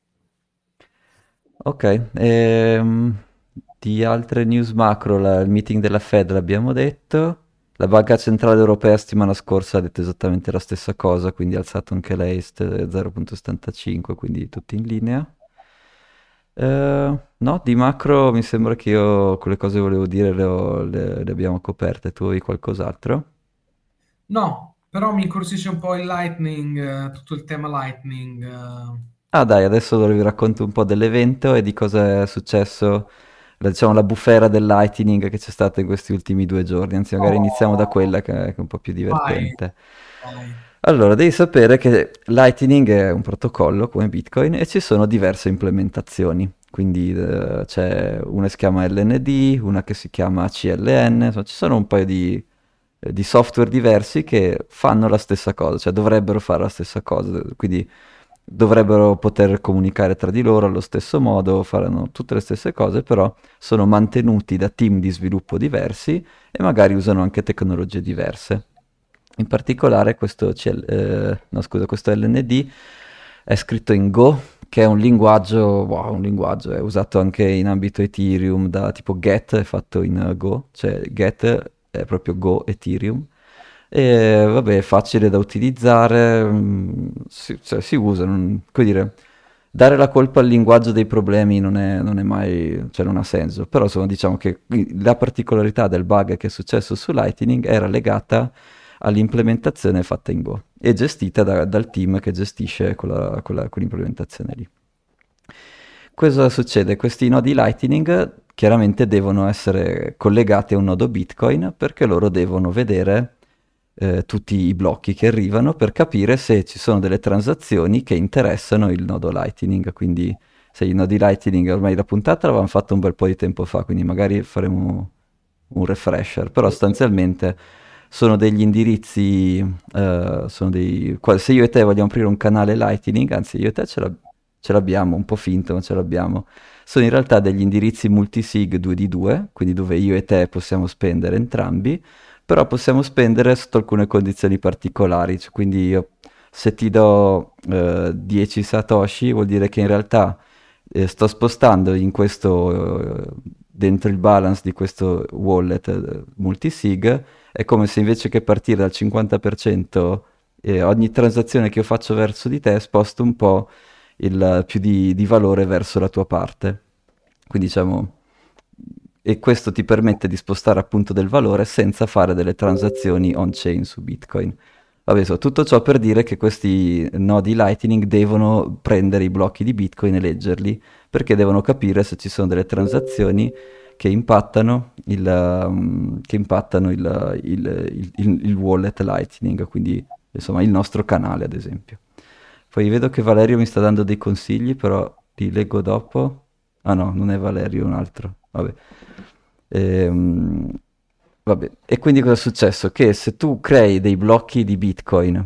Ok, di altre news macro, il meeting della Fed l'abbiamo detto, la Banca Centrale Europea settimana scorsa ha detto esattamente la stessa cosa, quindi ha alzato anche lei 0,75, quindi tutti in linea. No, di macro mi sembra che io quelle cose che volevo dire le abbiamo coperte, tu hai qualcos'altro? No, però mi incuriosisce un po' il Lightning, tutto il tema Lightning. Ah dai, adesso vi racconto un po' dell'evento e di cosa è successo, diciamo la bufera del Lightning che c'è stata in questi ultimi 2 giorni, anzi magari iniziamo da Oh, quella che è un po' più vai, divertente. vai. Allora, devi sapere che Lightning è un protocollo come Bitcoin e ci sono diverse implementazioni. Quindi c'è una che si chiama LND, una che si chiama CLN, insomma, ci sono un paio di software diversi che fanno la stessa cosa, cioè dovrebbero fare la stessa cosa, quindi dovrebbero poter comunicare tra di loro allo stesso modo, faranno tutte le stesse cose, però sono mantenuti da team di sviluppo diversi e magari usano anche tecnologie diverse. In particolare no, scusa, questo LND è scritto in Go, che è un linguaggio, wow, un linguaggio, è usato anche in ambito Ethereum, da tipo Get è fatto in Go, cioè Get è proprio Go Ethereum. E vabbè, è facile da utilizzare, cioè, si usa, come dire, dare la colpa al linguaggio dei problemi non è mai, cioè non ha senso, però insomma diciamo che la particolarità del bug che è successo su Lightning era legata all'implementazione fatta in Go e gestita dal team che gestisce quell'implementazione lì. Cosa succede? Questi nodi Lightning chiaramente devono essere collegati a un nodo Bitcoin perché loro devono vedere tutti i blocchi che arrivano per capire se ci sono delle transazioni che interessano il nodo Lightning. Quindi se i nodi Lightning, ormai la puntata l'avevamo fatta un bel po' di tempo fa, quindi magari faremo un refresher, però sostanzialmente sono degli indirizzi, se io e te vogliamo aprire un canale Lightning, anzi io e te ce l'abbiamo, un po' finto ma ce l'abbiamo, sono in realtà degli indirizzi multisig 2 di 2, quindi dove io e te possiamo spendere entrambi, però possiamo spendere sotto alcune condizioni particolari, cioè, quindi io, se ti do 10 satoshi vuol dire che in realtà sto spostando in questo, dentro il balance di questo wallet multisig, è come se invece che partire dal 50%, ogni transazione che io faccio verso di te sposto un po' più di valore verso la tua parte. Quindi diciamo, e questo ti permette di spostare appunto del valore senza fare delle transazioni on-chain su Bitcoin. Vabbè, tutto ciò per dire che questi nodi Lightning devono prendere i blocchi di Bitcoin e leggerli, perché devono capire se ci sono delle transazioni che impattano il wallet Lightning, quindi insomma il nostro canale ad esempio. Poi vedo che Valerio mi sta dando dei consigli, però li leggo dopo. Ah no, non è Valerio, è un altro. Vabbè. Ehm, vabbè. E quindi cosa è successo? Che se tu crei dei blocchi di Bitcoin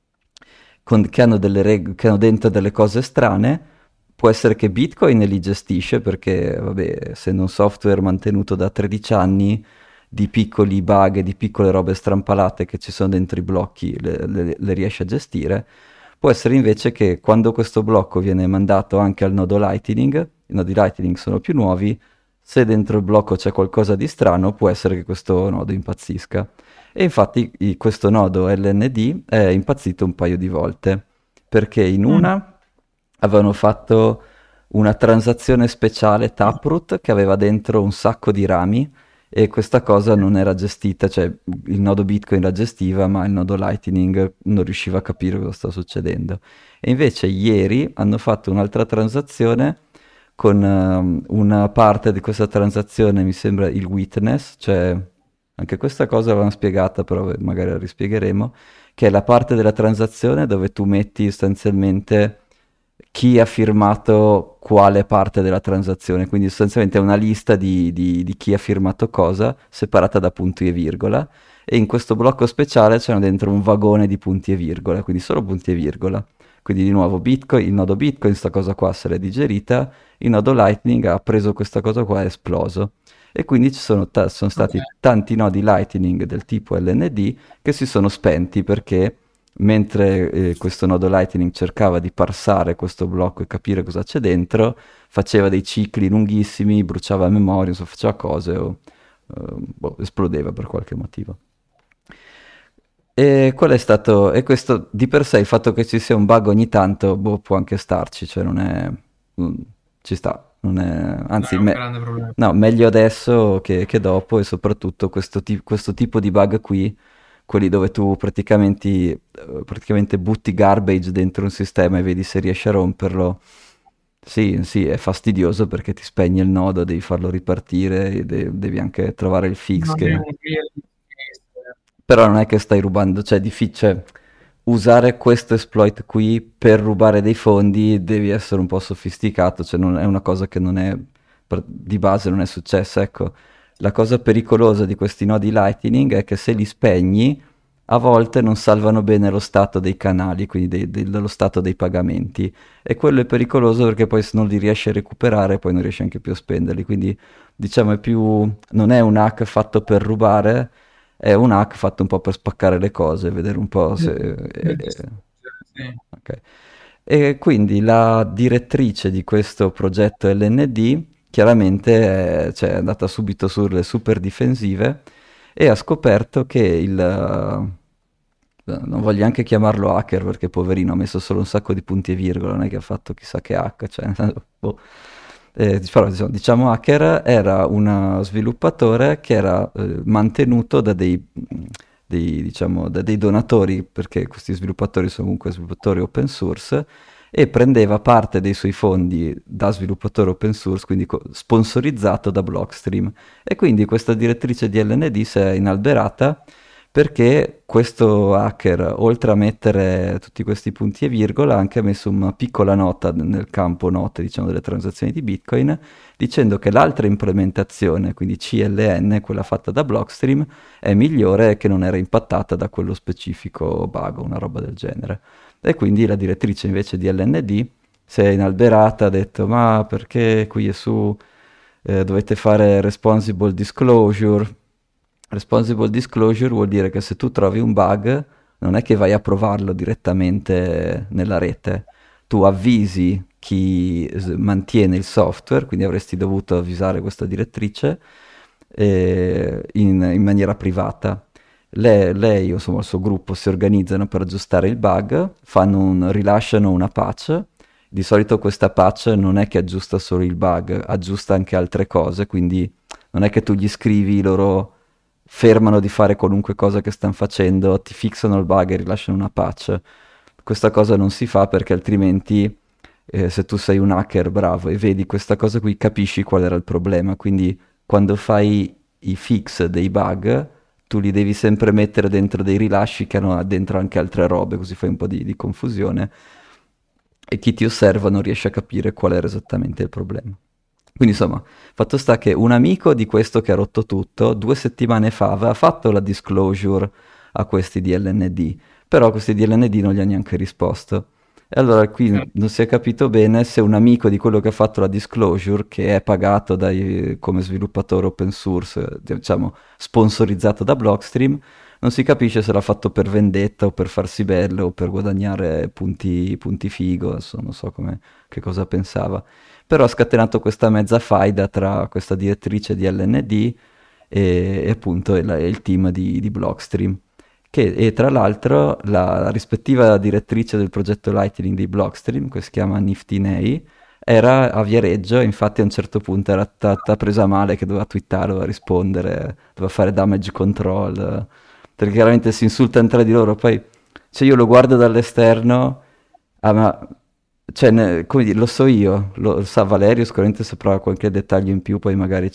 che hanno che hanno dentro delle cose strane, può essere che Bitcoin li gestisce perché, vabbè, essendo un software mantenuto da 13 anni, di piccoli bug e di piccole robe strampalate che ci sono dentro i blocchi le riesce a gestire. Può essere invece che quando questo blocco viene mandato anche al nodo Lightning, i nodi Lightning sono più nuovi, se dentro il blocco c'è qualcosa di strano, può essere che questo nodo impazzisca. E infatti questo nodo LND è impazzito un paio di volte, perché in una avevano fatto una transazione speciale Taproot che aveva dentro un sacco di rami e questa cosa non era gestita, cioè il nodo Bitcoin la gestiva, ma il nodo Lightning non riusciva a capire cosa stava succedendo. E invece ieri hanno fatto un'altra transazione con una parte di questa transazione, mi sembra il witness, cioè anche questa cosa l'avevamo spiegata, però magari la rispiegheremo, che è la parte della transazione dove tu metti sostanzialmente chi ha firmato quale parte della transazione, quindi sostanzialmente è una lista di chi ha firmato cosa, separata da punti e virgola, e in questo blocco speciale c'è dentro un vagone di punti e virgola, quindi solo punti e virgola. Quindi di nuovo Bitcoin, il nodo Bitcoin, sta cosa qua se l'è digerita, il nodo Lightning ha preso questa cosa qua e è esploso. E quindi sono stati tanti nodi Lightning del tipo LND che si sono spenti perché mentre questo nodo Lightning cercava di parsare questo blocco e capire cosa c'è dentro, faceva dei cicli lunghissimi, bruciava memoria, insomma, faceva cose o esplodeva per qualche motivo. E qual è stato, e questo di per sé, il fatto che ci sia un bug ogni tanto, può anche starci, cioè non è, mm, ci sta, non è, Non anzi, è un grande problema. no, meglio adesso che dopo e soprattutto questo tipo di bug qui, quelli dove tu praticamente butti garbage dentro un sistema e vedi se riesci a romperlo. Sì, sì, è fastidioso perché ti spegne il nodo, devi farlo ripartire, e devi anche trovare il fix Non è che. un real case. Però non è che stai rubando, cioè è difficile usare questo exploit qui per rubare dei fondi, devi essere un po' sofisticato, cioè non è una cosa che non è di base non è successa, ecco. La cosa pericolosa di questi nodi Lightning è che se li spegni a volte non salvano bene lo stato dei canali, quindi dello stato dei pagamenti. E quello è pericoloso perché poi se non li riesci a recuperare poi non riesci anche più a spenderli. Quindi diciamo è più, non è un hack fatto per rubare, è un hack fatto un po' per spaccare le cose, vedere un po' se. Sì. Ok. E quindi la direttrice di questo progetto LND chiaramente cioè, è andata subito sulle super difensive e ha scoperto che non voglio anche chiamarlo hacker perché poverino ha messo solo un sacco di punti e virgola, non è che ha fatto chissà che hack, cioè, boh. Però diciamo hacker era uno sviluppatore che era mantenuto da dei diciamo, dei donatori, perché questi sviluppatori sono comunque sviluppatori open source, e prendeva parte dei suoi fondi da sviluppatore open source, quindi sponsorizzato da Blockstream. E quindi questa direttrice di LND si è inalberata perché questo hacker, oltre a mettere tutti questi punti e virgola, ha anche messo una piccola nota nel campo note, diciamo, delle transazioni di Bitcoin, dicendo che l'altra implementazione, quindi CLN, quella fatta da Blockstream, è migliore e che non era impattata da quello specifico bug, una roba del genere. E quindi la direttrice invece di LND si è inalberata, ha detto ma perché qui e su dovete fare responsible disclosure. Responsible disclosure vuol dire che se tu trovi un bug non è che vai a provarlo direttamente nella rete, tu avvisi chi mantiene il software, quindi avresti dovuto avvisare questa direttrice in maniera privata. Lei, insomma, il suo gruppo si organizzano per aggiustare il bug, rilasciano una patch. Di solito questa patch non è che aggiusta solo il bug, aggiusta anche altre cose, quindi non è che tu gli scrivi, loro fermano di fare qualunque cosa che stanno facendo, ti fixano il bug e rilasciano una patch. Questa cosa non si fa perché altrimenti se tu sei un hacker bravo e vedi questa cosa qui capisci qual era il problema, quindi quando fai i fix dei bug tu li devi sempre mettere dentro dei rilasci che hanno dentro anche altre robe, così fai un po' di confusione e chi ti osserva non riesce a capire qual era esattamente il problema. Quindi insomma, fatto sta che un amico di questo che ha rotto tutto, 2 settimane fa aveva fatto la disclosure a questi DLND, però questi DLND non gli ha neanche risposto. E allora qui non si è capito bene se un amico di quello che ha fatto la disclosure, che è pagato come sviluppatore open source, diciamo sponsorizzato da Blockstream, non si capisce se l'ha fatto per vendetta o per farsi bello o per guadagnare punti figo, adesso non so che cosa pensava. Però ha scatenato questa mezza faida tra questa direttrice di LND e appunto il team di Blockstream. E tra l'altro la rispettiva direttrice del progetto Lightning di Blockstream, che si chiama Nifty Nei, era a Viareggio, infatti a un certo punto era stata presa male che doveva twittare, doveva rispondere, doveva fare damage control, perché chiaramente si insultano tra di loro. Poi, se io lo guardo dall'esterno, ma cioè, come dire, lo so io, lo sa Valerio, sicuramente saprà qualche dettaglio in più, poi magari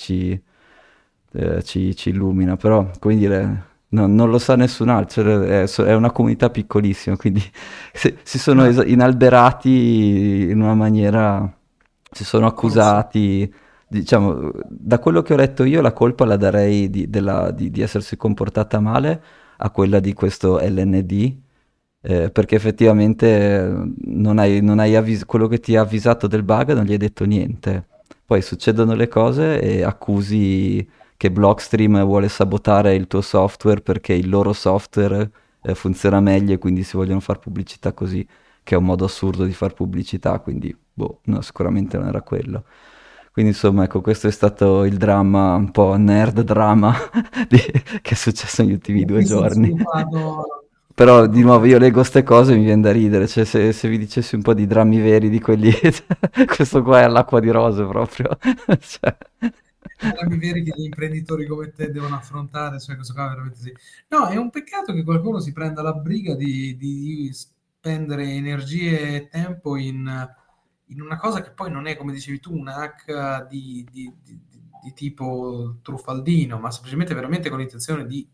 ci illumina, però, come dire, non lo sa nessun altro, cioè, è una comunità piccolissima, quindi si sono No, inalberati in una maniera, si sono colossale. accusati, diciamo, da quello che ho letto io la colpa la darei di essersi comportata male a quella di questo LND, perché effettivamente quello che ti ha avvisato del bug non gli hai detto niente. Poi succedono le cose e accusi che Blockstream vuole sabotare il tuo software perché il loro software funziona meglio e quindi si vogliono fare pubblicità così, che è un modo assurdo di fare pubblicità, quindi boh, no, sicuramente non era quello. Quindi insomma, ecco, questo è stato il dramma, un po' nerd drama che è successo negli ultimi Che due si è giorni. sviluppato Però in di pochi nuovo anni. io leggo ste cose e mi viene da ridere, cioè se vi dicessi un po' di drammi veri di quelli, questo qua è all'acqua di rose proprio. Cioè, Drammi veri che gli imprenditori come te devono affrontare, cioè questo qua veramente sì. No, è un peccato che qualcuno si prenda la briga di spendere energie e tempo in una cosa che poi non è, come dicevi tu, un hack di tipo truffaldino, ma semplicemente veramente con l'intenzione di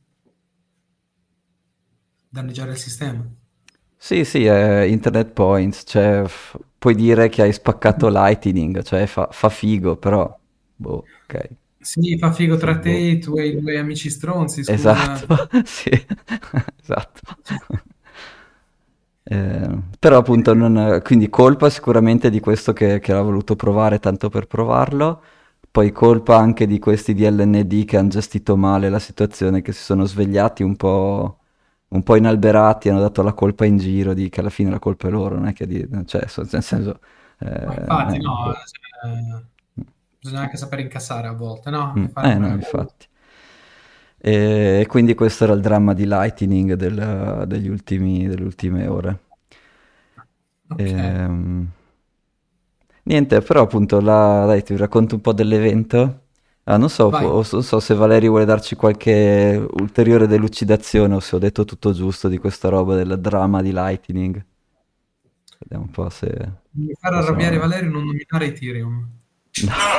danneggiare il sistema. sì, sì, è Internet Points, cioè puoi dire che hai spaccato Lightning, cioè fa figo, però, boh, ok, Sì, fa figo sì, tra te boh. e i tuoi due amici stronzi, scusa. Esatto, sì, esatto. Però appunto quindi colpa sicuramente di questo che ha voluto provare tanto per provarlo, poi colpa anche di questi di LND che hanno gestito male la situazione, che si sono svegliati un po' inalberati, hanno dato la colpa in giro di che alla fine la colpa è loro, non è che cioè, nel senso, Ma infatti, no, boh. cioè, bisogna anche sapere incassare a volte, no? E fare No, un... infatti. E quindi questo era il dramma di Lightning delle ultime ore. Ok. Ehm, Niente, però appunto dai, ti racconto un po' dell'evento. Ah, non so, Vai. non so se Valerio vuole darci qualche ulteriore delucidazione o se ho detto tutto giusto di questa roba del dramma di Lightning. Vediamo un po' se Mi far arrabbiare possiamo... Valerio non nominare Ethereum. No. No,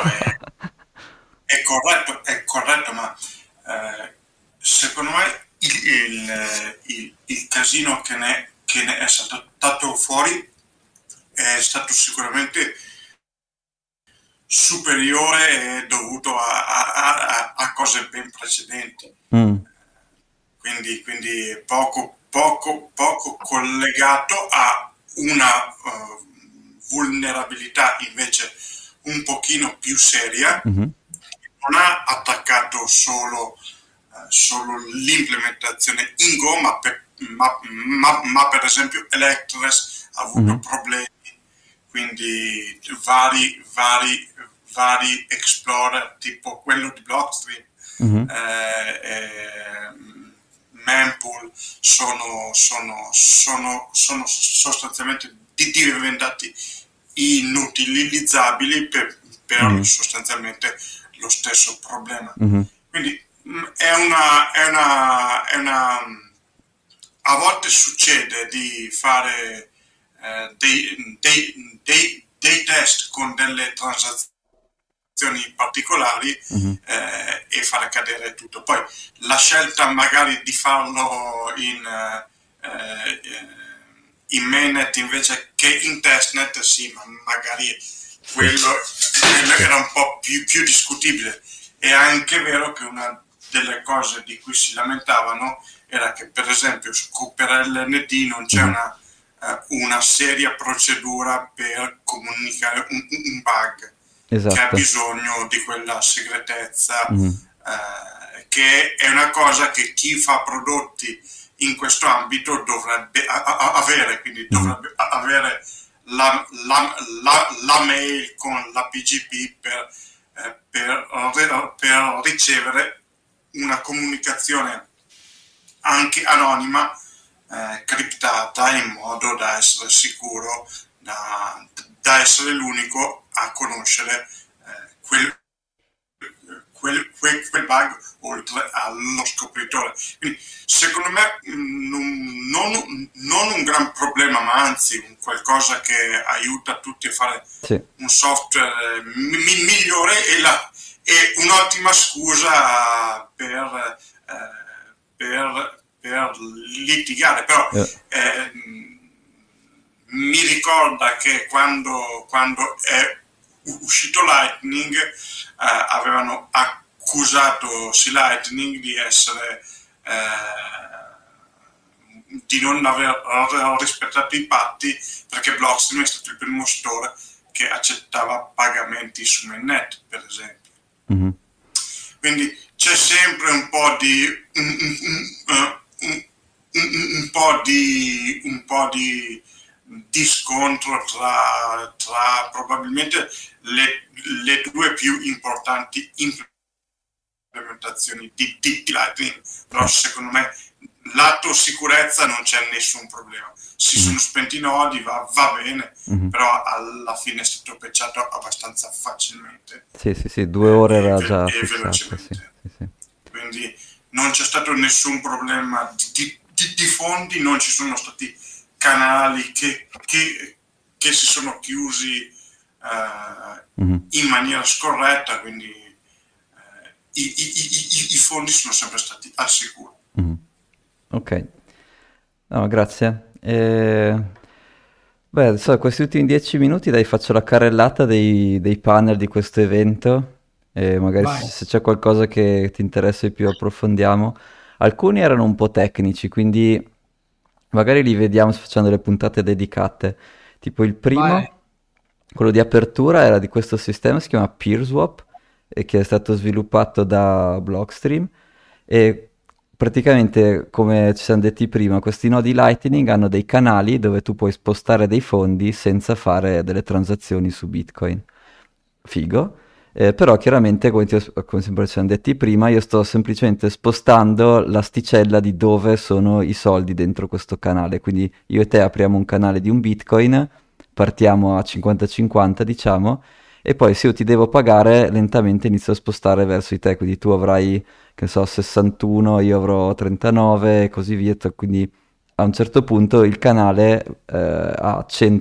è corretto, ma secondo me il casino che ne è saltato fuori è stato sicuramente superiore e dovuto a cose ben precedenti. Mm, Quindi poco collegato a una vulnerabilità invece un pochino più seria. mhm, Non ha attaccato solo l'implementazione in Go, ma per esempio Electres ha avuto mhm, problemi, quindi vari explorer tipo quello di Blockstream, mhm, Mempool sono sostanzialmente diventati inutilizzabili per mhm, sostanzialmente lo stesso problema. mhm, Quindi è una a volte succede di fare dei test con delle transazioni particolari mhm, e fare cadere tutto. Poi la scelta magari di farlo in mainnet invece che in testnet, sì, ma magari sì, quello sì, era un po' più discutibile. È anche vero che una delle cose di cui si lamentavano era che per esempio per LND non c'è mhm, una seria procedura per comunicare un bug che ha esatto. bisogno di quella segretezza, Mhm, che è una cosa che chi fa prodotti in questo ambito dovrebbe avere, quindi mhm, dovrebbe avere la mail con la PGP per ricevere una comunicazione anche anonima, criptata, in modo da essere sicuro, da essere l'unico a conoscere quel quel bug oltre allo scopritore. Quindi secondo me non un gran problema, ma anzi un qualcosa che aiuta tutti a fare sì, un software migliore e un'ottima scusa per litigare. Però eh, eh, mi ricorda che quando è uscito Lightning avevano accusato Sea Lightning di essere di non aver rispettato i patti, perché Blockstream è stato il primo store che accettava pagamenti su mainnet, per esempio. mhm, Quindi c'è sempre un po' di scontro tra probabilmente le due più importanti implementazioni di Lightning, però sì, secondo me lato sicurezza non c'è nessun problema. Si mhm, sono spenti i nodi, va bene, mhm. però alla fine è stato patchato abbastanza facilmente Sì, sì, sì, 2 ore era già e fissato, sì, velocemente. sì, sì. Quindi non c'è stato nessun problema di fondi, non ci sono stati canali che si sono chiusi Mhm, in maniera scorretta, quindi i fondi sono sempre stati al sicuro. mhm. Ok, no, grazie. Beh, adesso questi ultimi 10 minuti dai, faccio la carrellata dei panel di questo evento e magari Vai. se c'è qualcosa che ti interessa di più approfondiamo. Alcuni erano un po' tecnici, quindi magari li vediamo facendo le puntate dedicate. Tipo il Vai. primo, quello di apertura, era di questo sistema, si chiama PeerSwap, e che è stato sviluppato da Blockstream. E praticamente, come ci siamo detti prima, questi nodi Lightning hanno dei canali dove tu puoi spostare dei fondi senza fare delle transazioni su Bitcoin. Figo. Però chiaramente, come sempre ci siamo detti prima, io sto semplicemente spostando l'asticella di dove sono i soldi dentro questo canale. Quindi io e te apriamo un canale di un Bitcoin, partiamo a 50-50, diciamo, e poi se io ti devo pagare, lentamente inizio a spostare verso di te, quindi tu avrai, che ne so, 61, io avrò 39 e così via, quindi a un certo punto il canale ha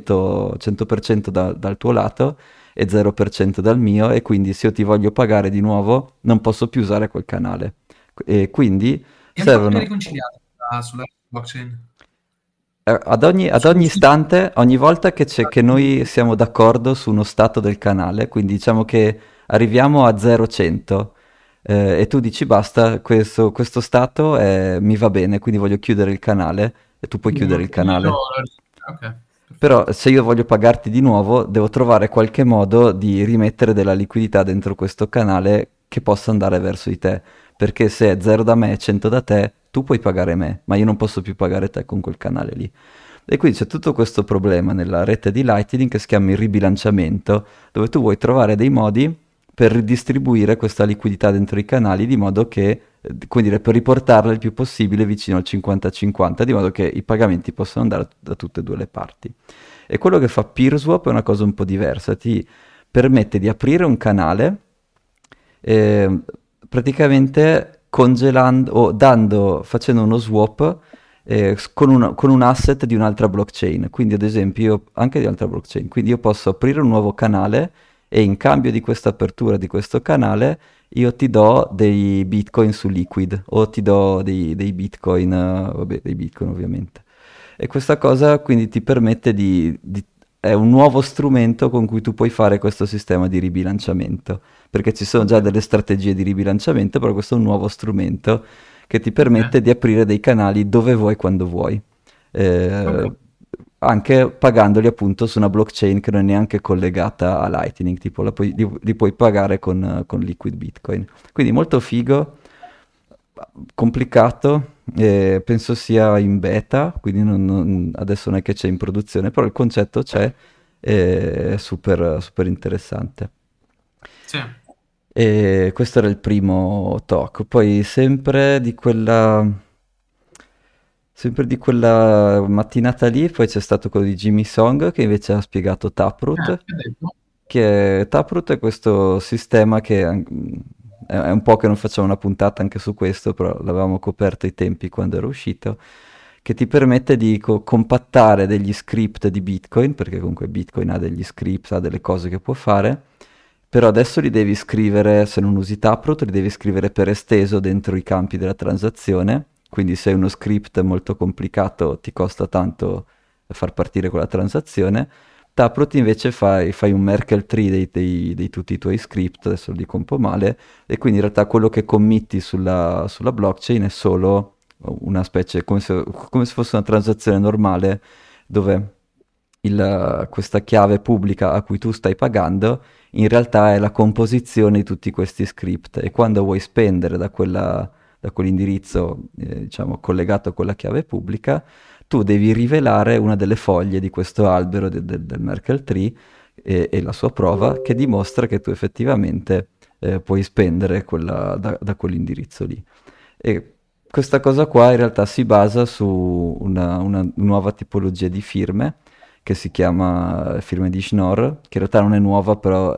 100% dal tuo lato e 0% dal mio, e quindi se io ti voglio pagare di nuovo non posso più usare quel canale. E quindi E come viene servono riconciliato sulla blockchain? ad ogni Scusi. istante, ogni volta che noi siamo d'accordo su uno stato del canale, quindi diciamo che arriviamo a 0-100 e tu dici basta, questo stato mi va bene, quindi voglio chiudere il canale e tu puoi chiudere il Quindi canale. ok, Però perfetto. se io voglio pagarti di nuovo, devo trovare qualche modo di rimettere della liquidità dentro questo canale che possa andare verso di te. Perché se è 0 da me e 100 da te, tu puoi pagare me, ma io non posso più pagare te con quel canale lì. E quindi c'è tutto questo problema nella rete di Lightning che si chiama il ribilanciamento, dove tu vuoi trovare dei modi per ridistribuire questa liquidità dentro i canali di modo che, come dire, per riportarla il più possibile vicino al 50-50, di modo che i pagamenti possano andare da tutte e due le parti. E quello che fa PeerSwap è una cosa un po' diversa, ti permette di aprire un canale eh, praticamente congelando o facendo uno swap con un asset di un'altra blockchain, quindi ad esempio anche di un'altra blockchain, quindi io posso aprire un nuovo canale e in cambio di questa apertura di questo canale io ti do dei bitcoin su Liquid o ti do dei bitcoin, vabbè, dei bitcoin ovviamente. E questa cosa quindi ti permette è un nuovo strumento con cui tu puoi fare questo sistema di ribilanciamento, perché ci sono Ok, già delle strategie di ribilanciamento, però questo è un nuovo strumento che ti ok, permette di aprire dei canali dove vuoi, quando vuoi. ok. Eh, anche pagandoli appunto su una blockchain che non è neanche collegata a Lightning, tipo li puoi pagare con Liquid Bitcoin. Quindi molto figo, complicato, penso sia in beta, quindi adesso non è che c'è in produzione, però il concetto c'è, è super, super interessante. Sì. E questo era il primo talk. Poi sempre di quella mattinata lì, poi c'è stato quello di Jimmy Song che invece ha spiegato Taproot, Che ha detto? che Taproot è questo sistema che è un po' che non facciamo una puntata anche su questo, però l'avevamo coperto ai tempi quando era uscito, che ti permette di compattare degli script di Bitcoin, perché comunque Bitcoin ha degli script, ha delle cose che può fare, però adesso li devi scrivere, se non usi Taproot, li devi scrivere per esteso dentro i campi della transazione, quindi se hai uno script molto complicato ti costa tanto far partire quella transazione. Taproot invece fai un Merkle tree di tutti i tuoi script, adesso lo dico un po' male, e quindi in realtà quello che committi sulla blockchain è solo una specie, come se fosse una transazione normale, dove questa chiave pubblica a cui tu stai pagando in realtà è la composizione di tutti questi script, e quando vuoi spendere da quell'indirizzo, diciamo, collegato con la chiave pubblica, tu devi rivelare una delle foglie di questo albero del Merkle Tree e la sua prova che dimostra che tu effettivamente puoi spendere da quell'indirizzo lì. E questa cosa qua in realtà si basa su una nuova tipologia di firme che si chiama firme di Schnorr, che in realtà non è nuova, però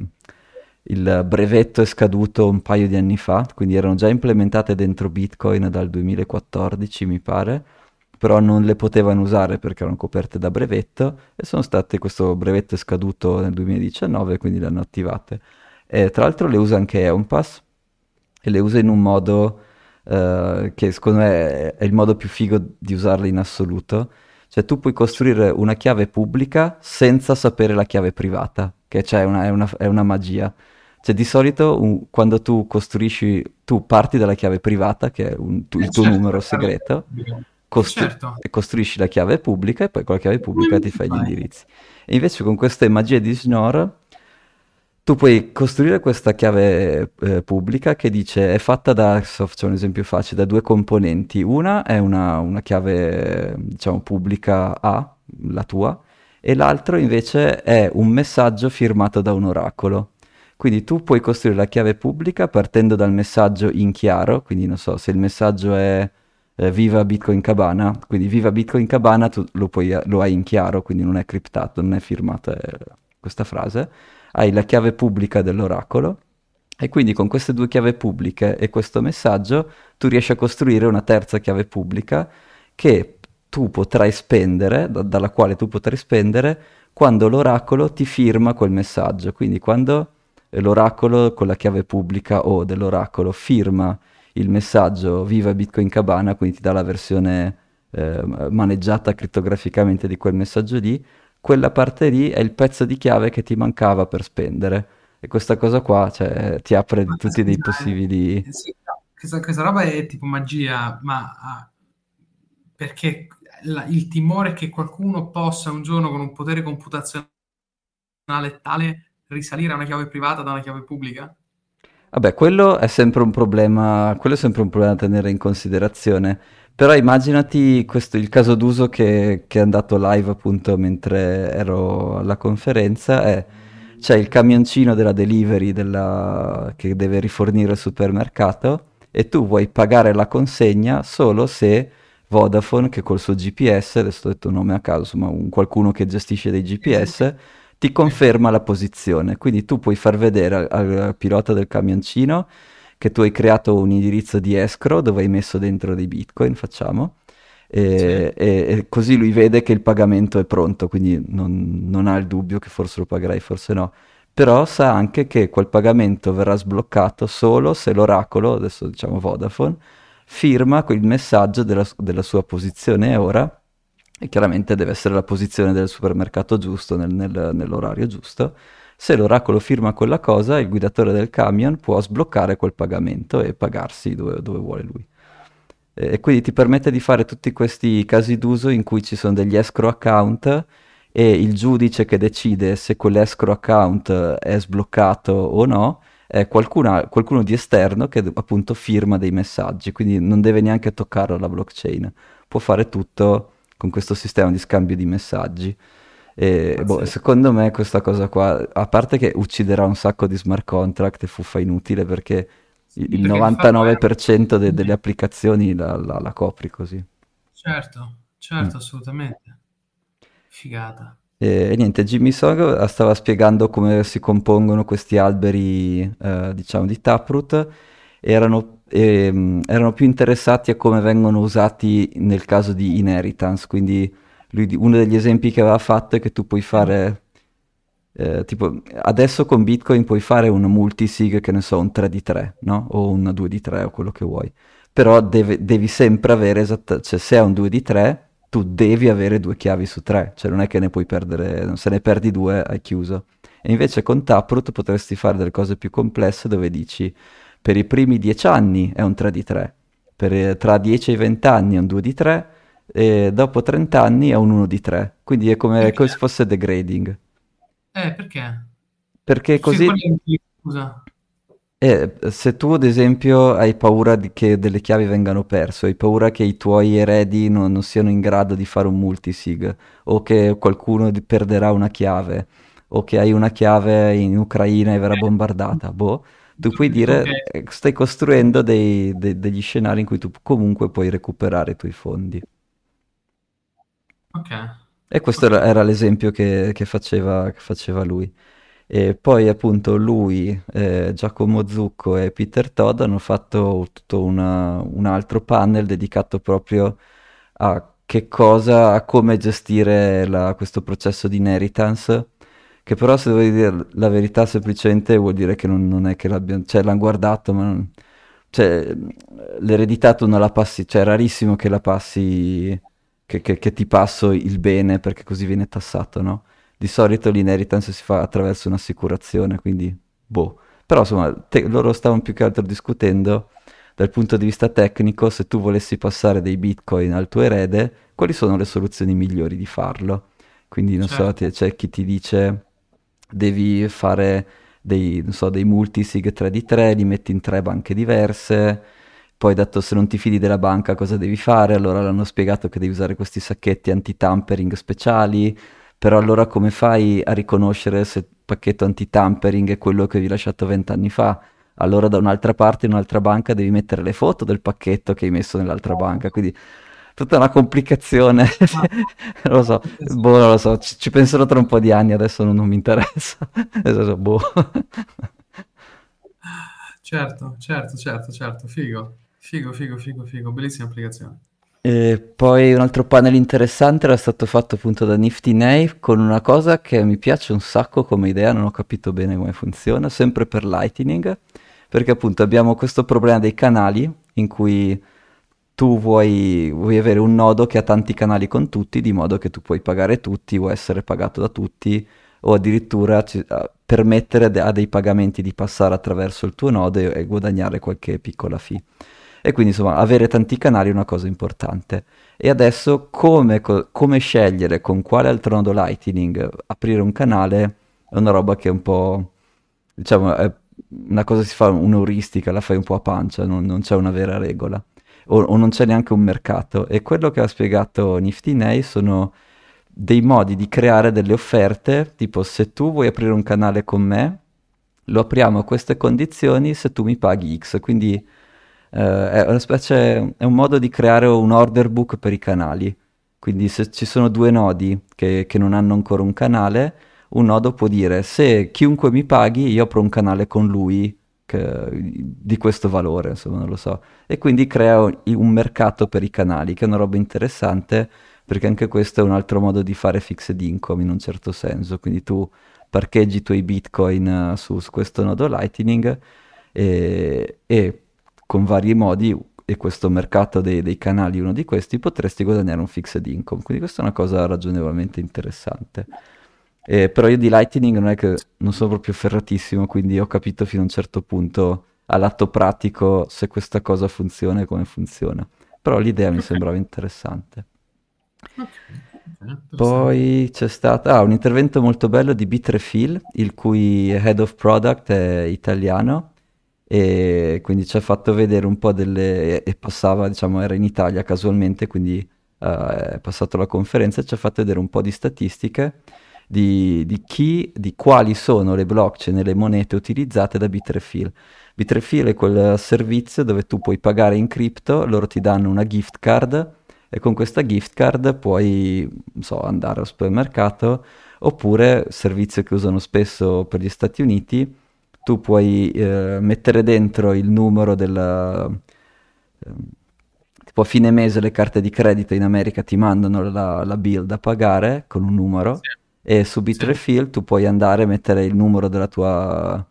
il brevetto è scaduto un paio di anni fa, quindi erano già implementate dentro Bitcoin dal 2014, mi pare, però non le potevano usare perché erano coperte da brevetto e questo brevetto è scaduto nel 2019, quindi le hanno attivate. E tra l'altro le usa anche EONPass e le usa in un modo che secondo me è il modo più figo di usarle in assoluto. Cioè tu puoi costruire una chiave pubblica senza sapere la chiave privata, che cioè, è una magia. Cioè di solito quando tu costruisci, tu parti dalla chiave privata, che è il tuo Certo, numero per fare segreto, pubblico. Certo. e costruisci la chiave pubblica e poi con la chiave Come pubblica ti fai gli fai? indirizzi. E invece con queste magie di Schnorr tu puoi costruire questa chiave pubblica che dice è fatta faccio un esempio facile, da due componenti. Una è una chiave, diciamo, pubblica A, la tua, e l'altro invece è un messaggio firmato da un oracolo. Quindi tu puoi costruire la chiave pubblica partendo dal messaggio in chiaro, quindi non so, se il messaggio è Viva Bitcoin Cabana, quindi Viva Bitcoin Cabana tu lo hai in chiaro, quindi non è criptato, non è firmata questa frase. hai la chiave pubblica dell'oracolo e quindi con queste due chiavi pubbliche e questo messaggio tu riesci a costruire una terza chiave pubblica che tu potrai spendere, dalla quale tu potrai spendere quando l'oracolo ti firma quel messaggio. Quindi quando l'oracolo con la chiave pubblica o dell'oracolo firma il messaggio Viva Bitcoin Cabana, quindi ti dà la versione maneggiata crittograficamente di quel messaggio lì, quella parte lì è il pezzo di chiave che ti mancava per spendere. E questa cosa qua, cioè, ti apre Ma tutti dei scusa, possibili... sì, no, questa roba è tipo magia, ma perché il timore che qualcuno possa un giorno con un potere computazionale tale risalire a una chiave privata da una chiave pubblica? Vabbè, quello è sempre un problema, quello è sempre un problema da tenere in considerazione. Però immaginati questo, il caso d'uso che è andato live appunto mentre ero alla conferenza, è c'è il camioncino della delivery che deve rifornire il supermercato e tu vuoi pagare la consegna solo se Vodafone, che col suo GPS, adesso ho detto un nome a caso, insomma qualcuno che gestisce dei Sì, sì, sì. GPS, ti Sì. conferma la posizione. Quindi tu puoi far vedere al pilota del camioncino che tu hai creato un indirizzo di escrow dove hai messo dentro dei bitcoin, facciamo, Sì. e così lui vede che il pagamento è pronto, quindi non ha il dubbio che forse lo pagherai, forse no. Però sa anche che quel pagamento verrà sbloccato solo se l'oracolo, adesso diciamo Vodafone, firma quel messaggio della sua posizione ora e chiaramente deve essere la posizione del supermercato giusto nell'orario giusto. Se l'oracolo firma quella cosa, il guidatore del camion può sbloccare quel pagamento e pagarsi dove vuole lui. E quindi ti permette di fare tutti questi casi d'uso in cui ci sono degli escrow account e il giudice che decide se quell'escrow account è sbloccato o no è qualcuno di esterno che appunto firma dei messaggi, quindi non deve neanche toccare la blockchain, può fare tutto con questo sistema di scambio di messaggi. E boh, Pazzesco. secondo me questa cosa qua, a parte che ucciderà un sacco di smart contract e fuffa inutile perché il Sì, perché di fatto è... 99% delle applicazioni la copri così. Certo, Mm. certo, assolutamente. Figata. E niente, Jimmy Song stava spiegando come si compongono questi alberi, diciamo, di Taproot. Erano più interessati a come vengono usati nel caso di inheritance. Quindi uno degli esempi che aveva fatto è che tu puoi Sì. fare, tipo, adesso con Bitcoin puoi fare un multisig, che ne so, un 3 di 3, no? O un 2 di 3 o quello che vuoi. Però devi sempre avere, cioè se è un 2 di 3 tu devi avere due chiavi su tre, cioè non è che ne puoi perdere, se ne perdi due hai chiuso. E invece con Taproot potresti fare delle cose più complesse dove dici per i primi 10 anni è un 3 di 3, tra 10 e i 20 anni è un 2 di 3 e dopo 30 anni è un 1 di 3. Quindi è come Perché? se fosse degrading. Perché? Perché Qual così è il motivo, scusa? se tu ad esempio hai paura che delle chiavi vengano perse, hai paura che i tuoi eredi non siano in grado di fare un multisig, o che qualcuno perderà una chiave, o che hai una chiave in Ucraina e verrà bombardata, boh, tu puoi Ok, dire stai costruendo degli scenari in cui tu comunque puoi recuperare i tuoi fondi. ok, E questo ok. era l'esempio che faceva lui. E poi appunto lui, Giacomo Zucco e Peter Todd hanno fatto tutto un altro panel dedicato proprio a come gestire questo processo di inheritance, che però se devo dire la verità semplicemente vuol dire che non è che l'abbiano, cioè l'hanno guardato, ma cioè, l'eredità tu non la passi, cioè è rarissimo che la passi che ti passo il bene perché così viene tassato, no? Di solito l'inheritance si fa attraverso un'assicurazione, quindi boh. Però insomma, loro stavano più che altro discutendo dal punto di vista tecnico, se tu volessi passare dei bitcoin al tuo erede, quali sono le soluzioni migliori di farlo. Quindi non so, Certo. c'è chi ti dice devi fare non so, dei multisig 3 di 3, li metti in tre banche diverse, poi dato se non ti fidi della banca cosa devi fare, allora l'hanno spiegato che devi usare questi sacchetti anti-tampering speciali, però allora come fai a riconoscere se il pacchetto anti-tampering è quello che avevi lasciato 20 anni fa? Allora da un'altra parte, in un'altra banca, devi mettere le foto del pacchetto che hai messo nell'altra banca, quindi tutta una complicazione. Ah, Non lo so, boh, non lo so, ci penserò tra un po' di anni, adesso non mi interessa. Adesso, boh. certo, certo, certo, certo, figo, figo, figo, figo, figo, bellissima applicazione. E poi un altro panel interessante era stato fatto appunto da Nifty Nay con una cosa che mi piace un sacco come idea, non ho capito bene come funziona, sempre per Lightning, perché appunto abbiamo questo problema dei canali in cui tu vuoi avere un nodo che ha tanti canali con tutti, di modo che tu puoi pagare tutti, vuoi essere pagato da tutti, o addirittura permettere a dei pagamenti di passare attraverso il tuo nodo e guadagnare qualche piccola fee. E quindi insomma avere tanti canali è una cosa importante. E adesso come scegliere con quale altro nodo Lightning aprire un canale è una roba che è un po', diciamo, è una cosa si fa un'euristica, la fai un po' a pancia, non c'è una vera regola. O non c'è neanche un mercato. E quello che ha spiegato Nifty Nay sono dei modi di creare delle offerte, tipo se tu vuoi aprire un canale con me, lo apriamo a queste condizioni se tu mi paghi X, quindi è una specie, è un modo di creare un order book per i canali. Quindi se ci sono due nodi che non hanno ancora un canale, un nodo può dire se chiunque mi paghi io apro un canale con lui di questo valore, insomma, non lo so. E quindi crea un mercato per i canali, che è una roba interessante perché anche questo è un altro modo di fare fixed income in un certo senso. Quindi tu parcheggi i tuoi bitcoin su questo nodo Lightning e con vari modi, e questo mercato dei canali, uno di questi, potresti guadagnare un fixed income. Quindi questa è una cosa ragionevolmente interessante. Però io di Lightning non è che non sono proprio ferratissimo, quindi ho capito fino a un certo punto all'atto pratico se questa cosa funziona e come funziona. Però l'idea mi Ok, sembrava interessante. ok, ok, interessante. Poi c'è stato un intervento molto bello di Bitrefill, il cui head of product è italiano e quindi ci ha fatto vedere un po' e passava, diciamo, era in Italia casualmente, quindi è passato la conferenza e ci ha fatto vedere un po' di statistiche di quali sono le blockchain e le monete utilizzate da Bitrefill. Bitrefill è quel servizio dove tu puoi pagare in cripto, loro ti danno una gift card e con questa gift card puoi, non so, andare al supermercato oppure, servizio che usano spesso per gli Stati Uniti, tu puoi mettere dentro il numero ehm, tipo a fine mese le carte di credito in America ti mandano la bill da pagare con un numero Sì, e su sì, Bitrefill tu puoi andare a mettere il numero della tua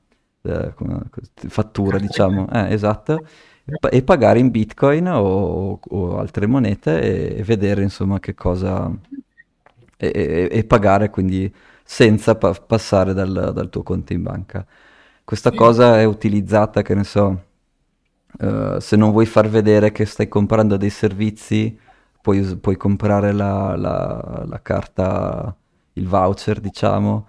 fattura, carta di diciamo, credito. esatto, e pagare in Bitcoin o altre monete e vedere insomma che cosa e pagare quindi senza passare dal tuo conto in banca. Questa Figo. cosa è utilizzata, che ne so, se non vuoi far vedere che stai comprando dei servizi, puoi comprare la carta, il voucher, diciamo,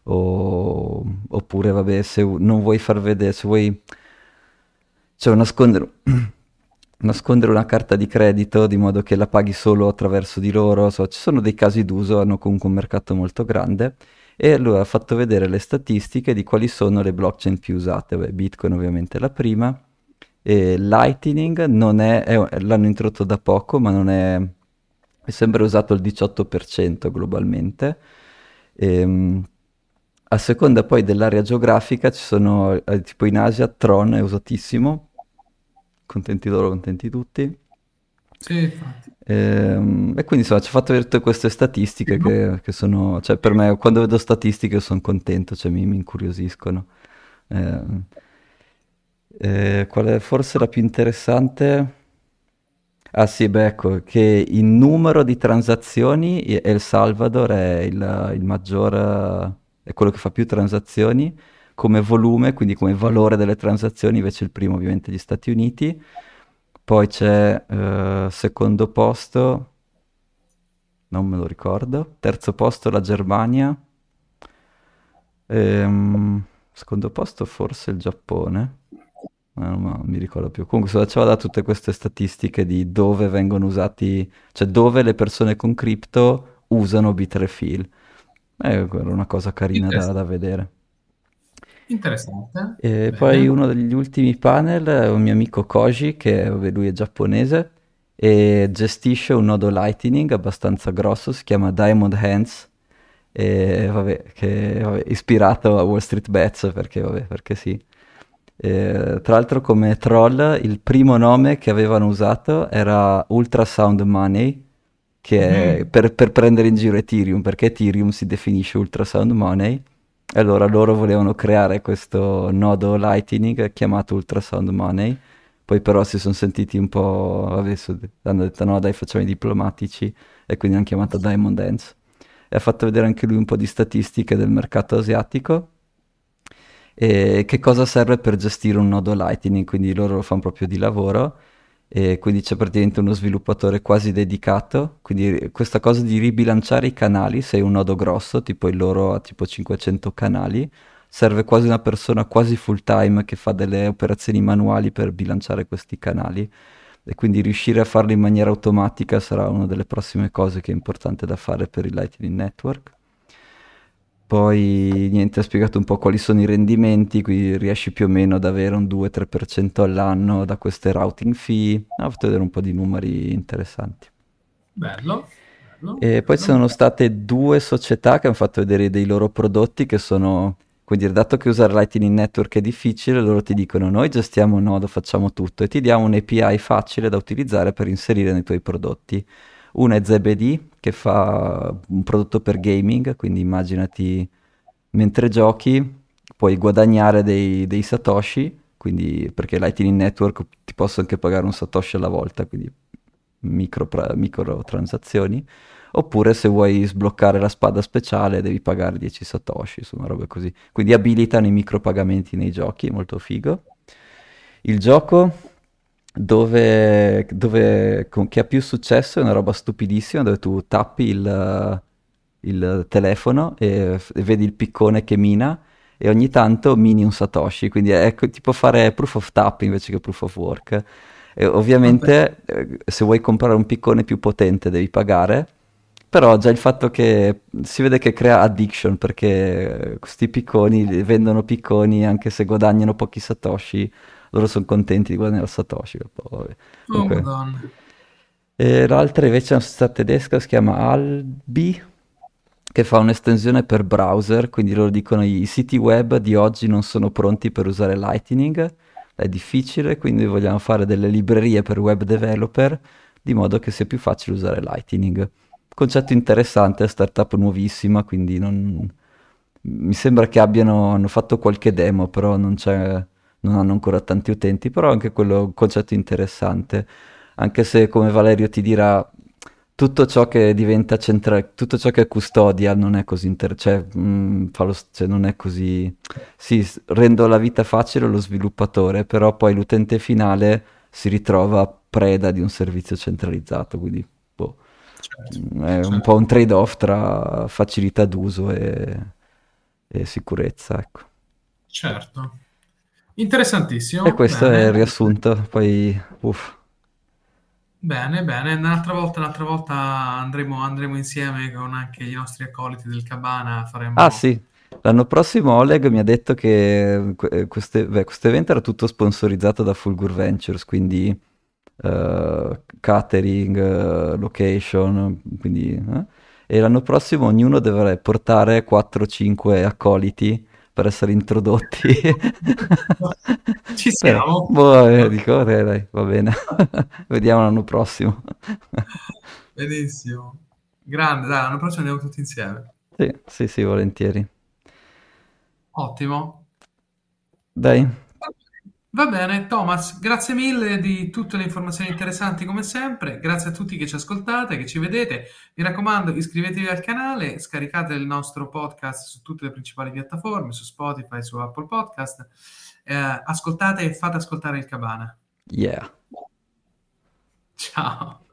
oppure, vabbè, se non vuoi far vedere, se vuoi, cioè nascondere, nascondere una carta di credito di modo che la paghi solo attraverso di loro, so, ci sono dei casi d'uso, hanno comunque un mercato molto grande. E lui ha fatto vedere le statistiche di quali sono le blockchain più usate. Beh, Bitcoin ovviamente è la prima, e Lightning non l'hanno introdotto da poco, ma non è sempre usato il 18% globalmente. Ehm, a seconda poi dell'area geografica ci sono, tipo in Asia, Tron è usatissimo, contenti loro, contenti tutti. Sì, infatti. E quindi insomma ci ha fatto vedere tutte queste statistiche Figo. che sono, cioè per me quando vedo statistiche sono contento, cioè mi incuriosiscono. Ehm, qual è forse la più interessante? Ah sì, beh, ecco, che in numero di transazioni El Salvador è il maggior, è quello che fa più transazioni, come volume, quindi come valore delle transazioni, invece il primo ovviamente gli Stati Uniti, poi c'è secondo posto, non me lo ricordo, terzo posto la Germania, secondo posto forse il Giappone. Non mi ricordo più. Comunque, ci aveva dato tutte queste statistiche di dove vengono usati, cioè dove le persone con cripto usano Bitrefill. Quella è una cosa carina da Interessante. vedere. Interessante. E poi Bene. uno degli ultimi panel è un mio amico Koji, che vabbè, lui è giapponese, e gestisce un nodo Lightning abbastanza grosso, si chiama Diamond Hands, e vabbè, ispirato a Wall Street Bets perché, vabbè, perché sì. Tra l'altro come troll il primo nome che avevano usato era Ultrasound Money, che è Mhm. per prendere in giro Ethereum, perché Ethereum si definisce Ultrasound Money, e allora loro volevano creare questo nodo Lightning chiamato Ultrasound Money, poi però si sono sentiti un po', vabbè, hanno detto no dai facciamo i diplomatici, e quindi hanno chiamato Diamond Hands. E ha fatto vedere anche lui un po' di statistiche del mercato asiatico e che cosa serve per gestire un nodo Lightning, quindi loro lo fanno proprio di lavoro e quindi c'è praticamente uno sviluppatore quasi dedicato, quindi questa cosa di ribilanciare i canali, se hai un nodo grosso, tipo il loro ha tipo 500 canali, serve quasi una persona quasi full time che fa delle operazioni manuali per bilanciare questi canali e quindi riuscire a farlo in maniera automatica sarà una delle prossime cose che è importante da fare per il Lightning Network. Poi niente, ha spiegato un po' quali sono i rendimenti, qui riesci più o meno ad avere un 2-3% all'anno da queste routing fee. Ha fatto vedere un po' di numeri interessanti. Bello, bello, E poi ci bello. sono state due società che hanno fatto vedere dei loro prodotti che sono, quindi dato che usare Lightning Network è difficile, loro ti dicono noi gestiamo un nodo, facciamo tutto e ti diamo un API facile da utilizzare per inserire nei tuoi prodotti. Una è ZBD che fa un prodotto per gaming, quindi immaginati mentre giochi puoi guadagnare dei Satoshi, quindi perché Lightning Network ti posso anche pagare un Satoshi alla volta, quindi microtransazioni. Oppure se vuoi sbloccare la spada speciale devi pagare 10 Satoshi, insomma robe così. Quindi abilitano i micropagamenti nei giochi, molto figo. Il gioco che ha più successo è una roba stupidissima dove tu tappi il telefono e vedi il piccone che mina e ogni tanto mini un Satoshi, quindi è tipo fare proof of tap invece che proof of work. E Vabbè. ovviamente se vuoi comprare un piccone più potente devi pagare, però già il fatto che si vede che crea addiction perché questi picconi vendono picconi anche se guadagnano pochi Satoshi, loro sono contenti di guadagnare Satoshi. Vabbè. Oh, Comunque. Madonna. E l'altra invece è una società tedesca, si chiama Albi, che fa un'estensione per browser, quindi loro dicono i siti web di oggi non sono pronti per usare Lightning, è difficile, quindi vogliamo fare delle librerie per web developer, di modo che sia più facile usare Lightning. Concetto interessante, startup nuovissima, quindi mi sembra che hanno fatto qualche demo, però non hanno ancora tanti utenti, però anche quello è un concetto interessante, anche se come Valerio ti dirà, tutto ciò che diventa centrale, tutto ciò che è custodial non è così cioè, cioè, non è così, sì, rendo la vita facile allo sviluppatore, però poi l'utente finale si ritrova preda di un servizio centralizzato, quindi boh, Certo, è un po' certo, un trade-off tra facilità d'uso e sicurezza, ecco. certo. E Interessantissimo, questo è il bene, riassunto, poi uff. bene, bene. Un'altra volta andremo insieme con anche i nostri accoliti del Cabana, Ah faremo... sì, l'anno prossimo Oleg mi ha detto che questo evento era tutto sponsorizzato da Fulgur Ventures, quindi catering, location, quindi, e l'anno prossimo ognuno dovrà portare 4-5 accoliti per essere introdotti. Ci Però, siamo. boh, dico, dai, va bene, vediamo l'anno prossimo. Benissimo. Grande, dai, l'anno prossimo andiamo tutti insieme. Sì, sì, sì, volentieri. Ottimo. Dai, Va bene, Thomas, grazie mille di tutte le informazioni interessanti come sempre. Grazie a tutti che ci ascoltate, che ci vedete. Mi raccomando, iscrivetevi al canale, scaricate il nostro podcast su tutte le principali piattaforme, su Spotify, su Apple Podcast. Ascoltate e fate ascoltare il Cabana. yeah. Ciao.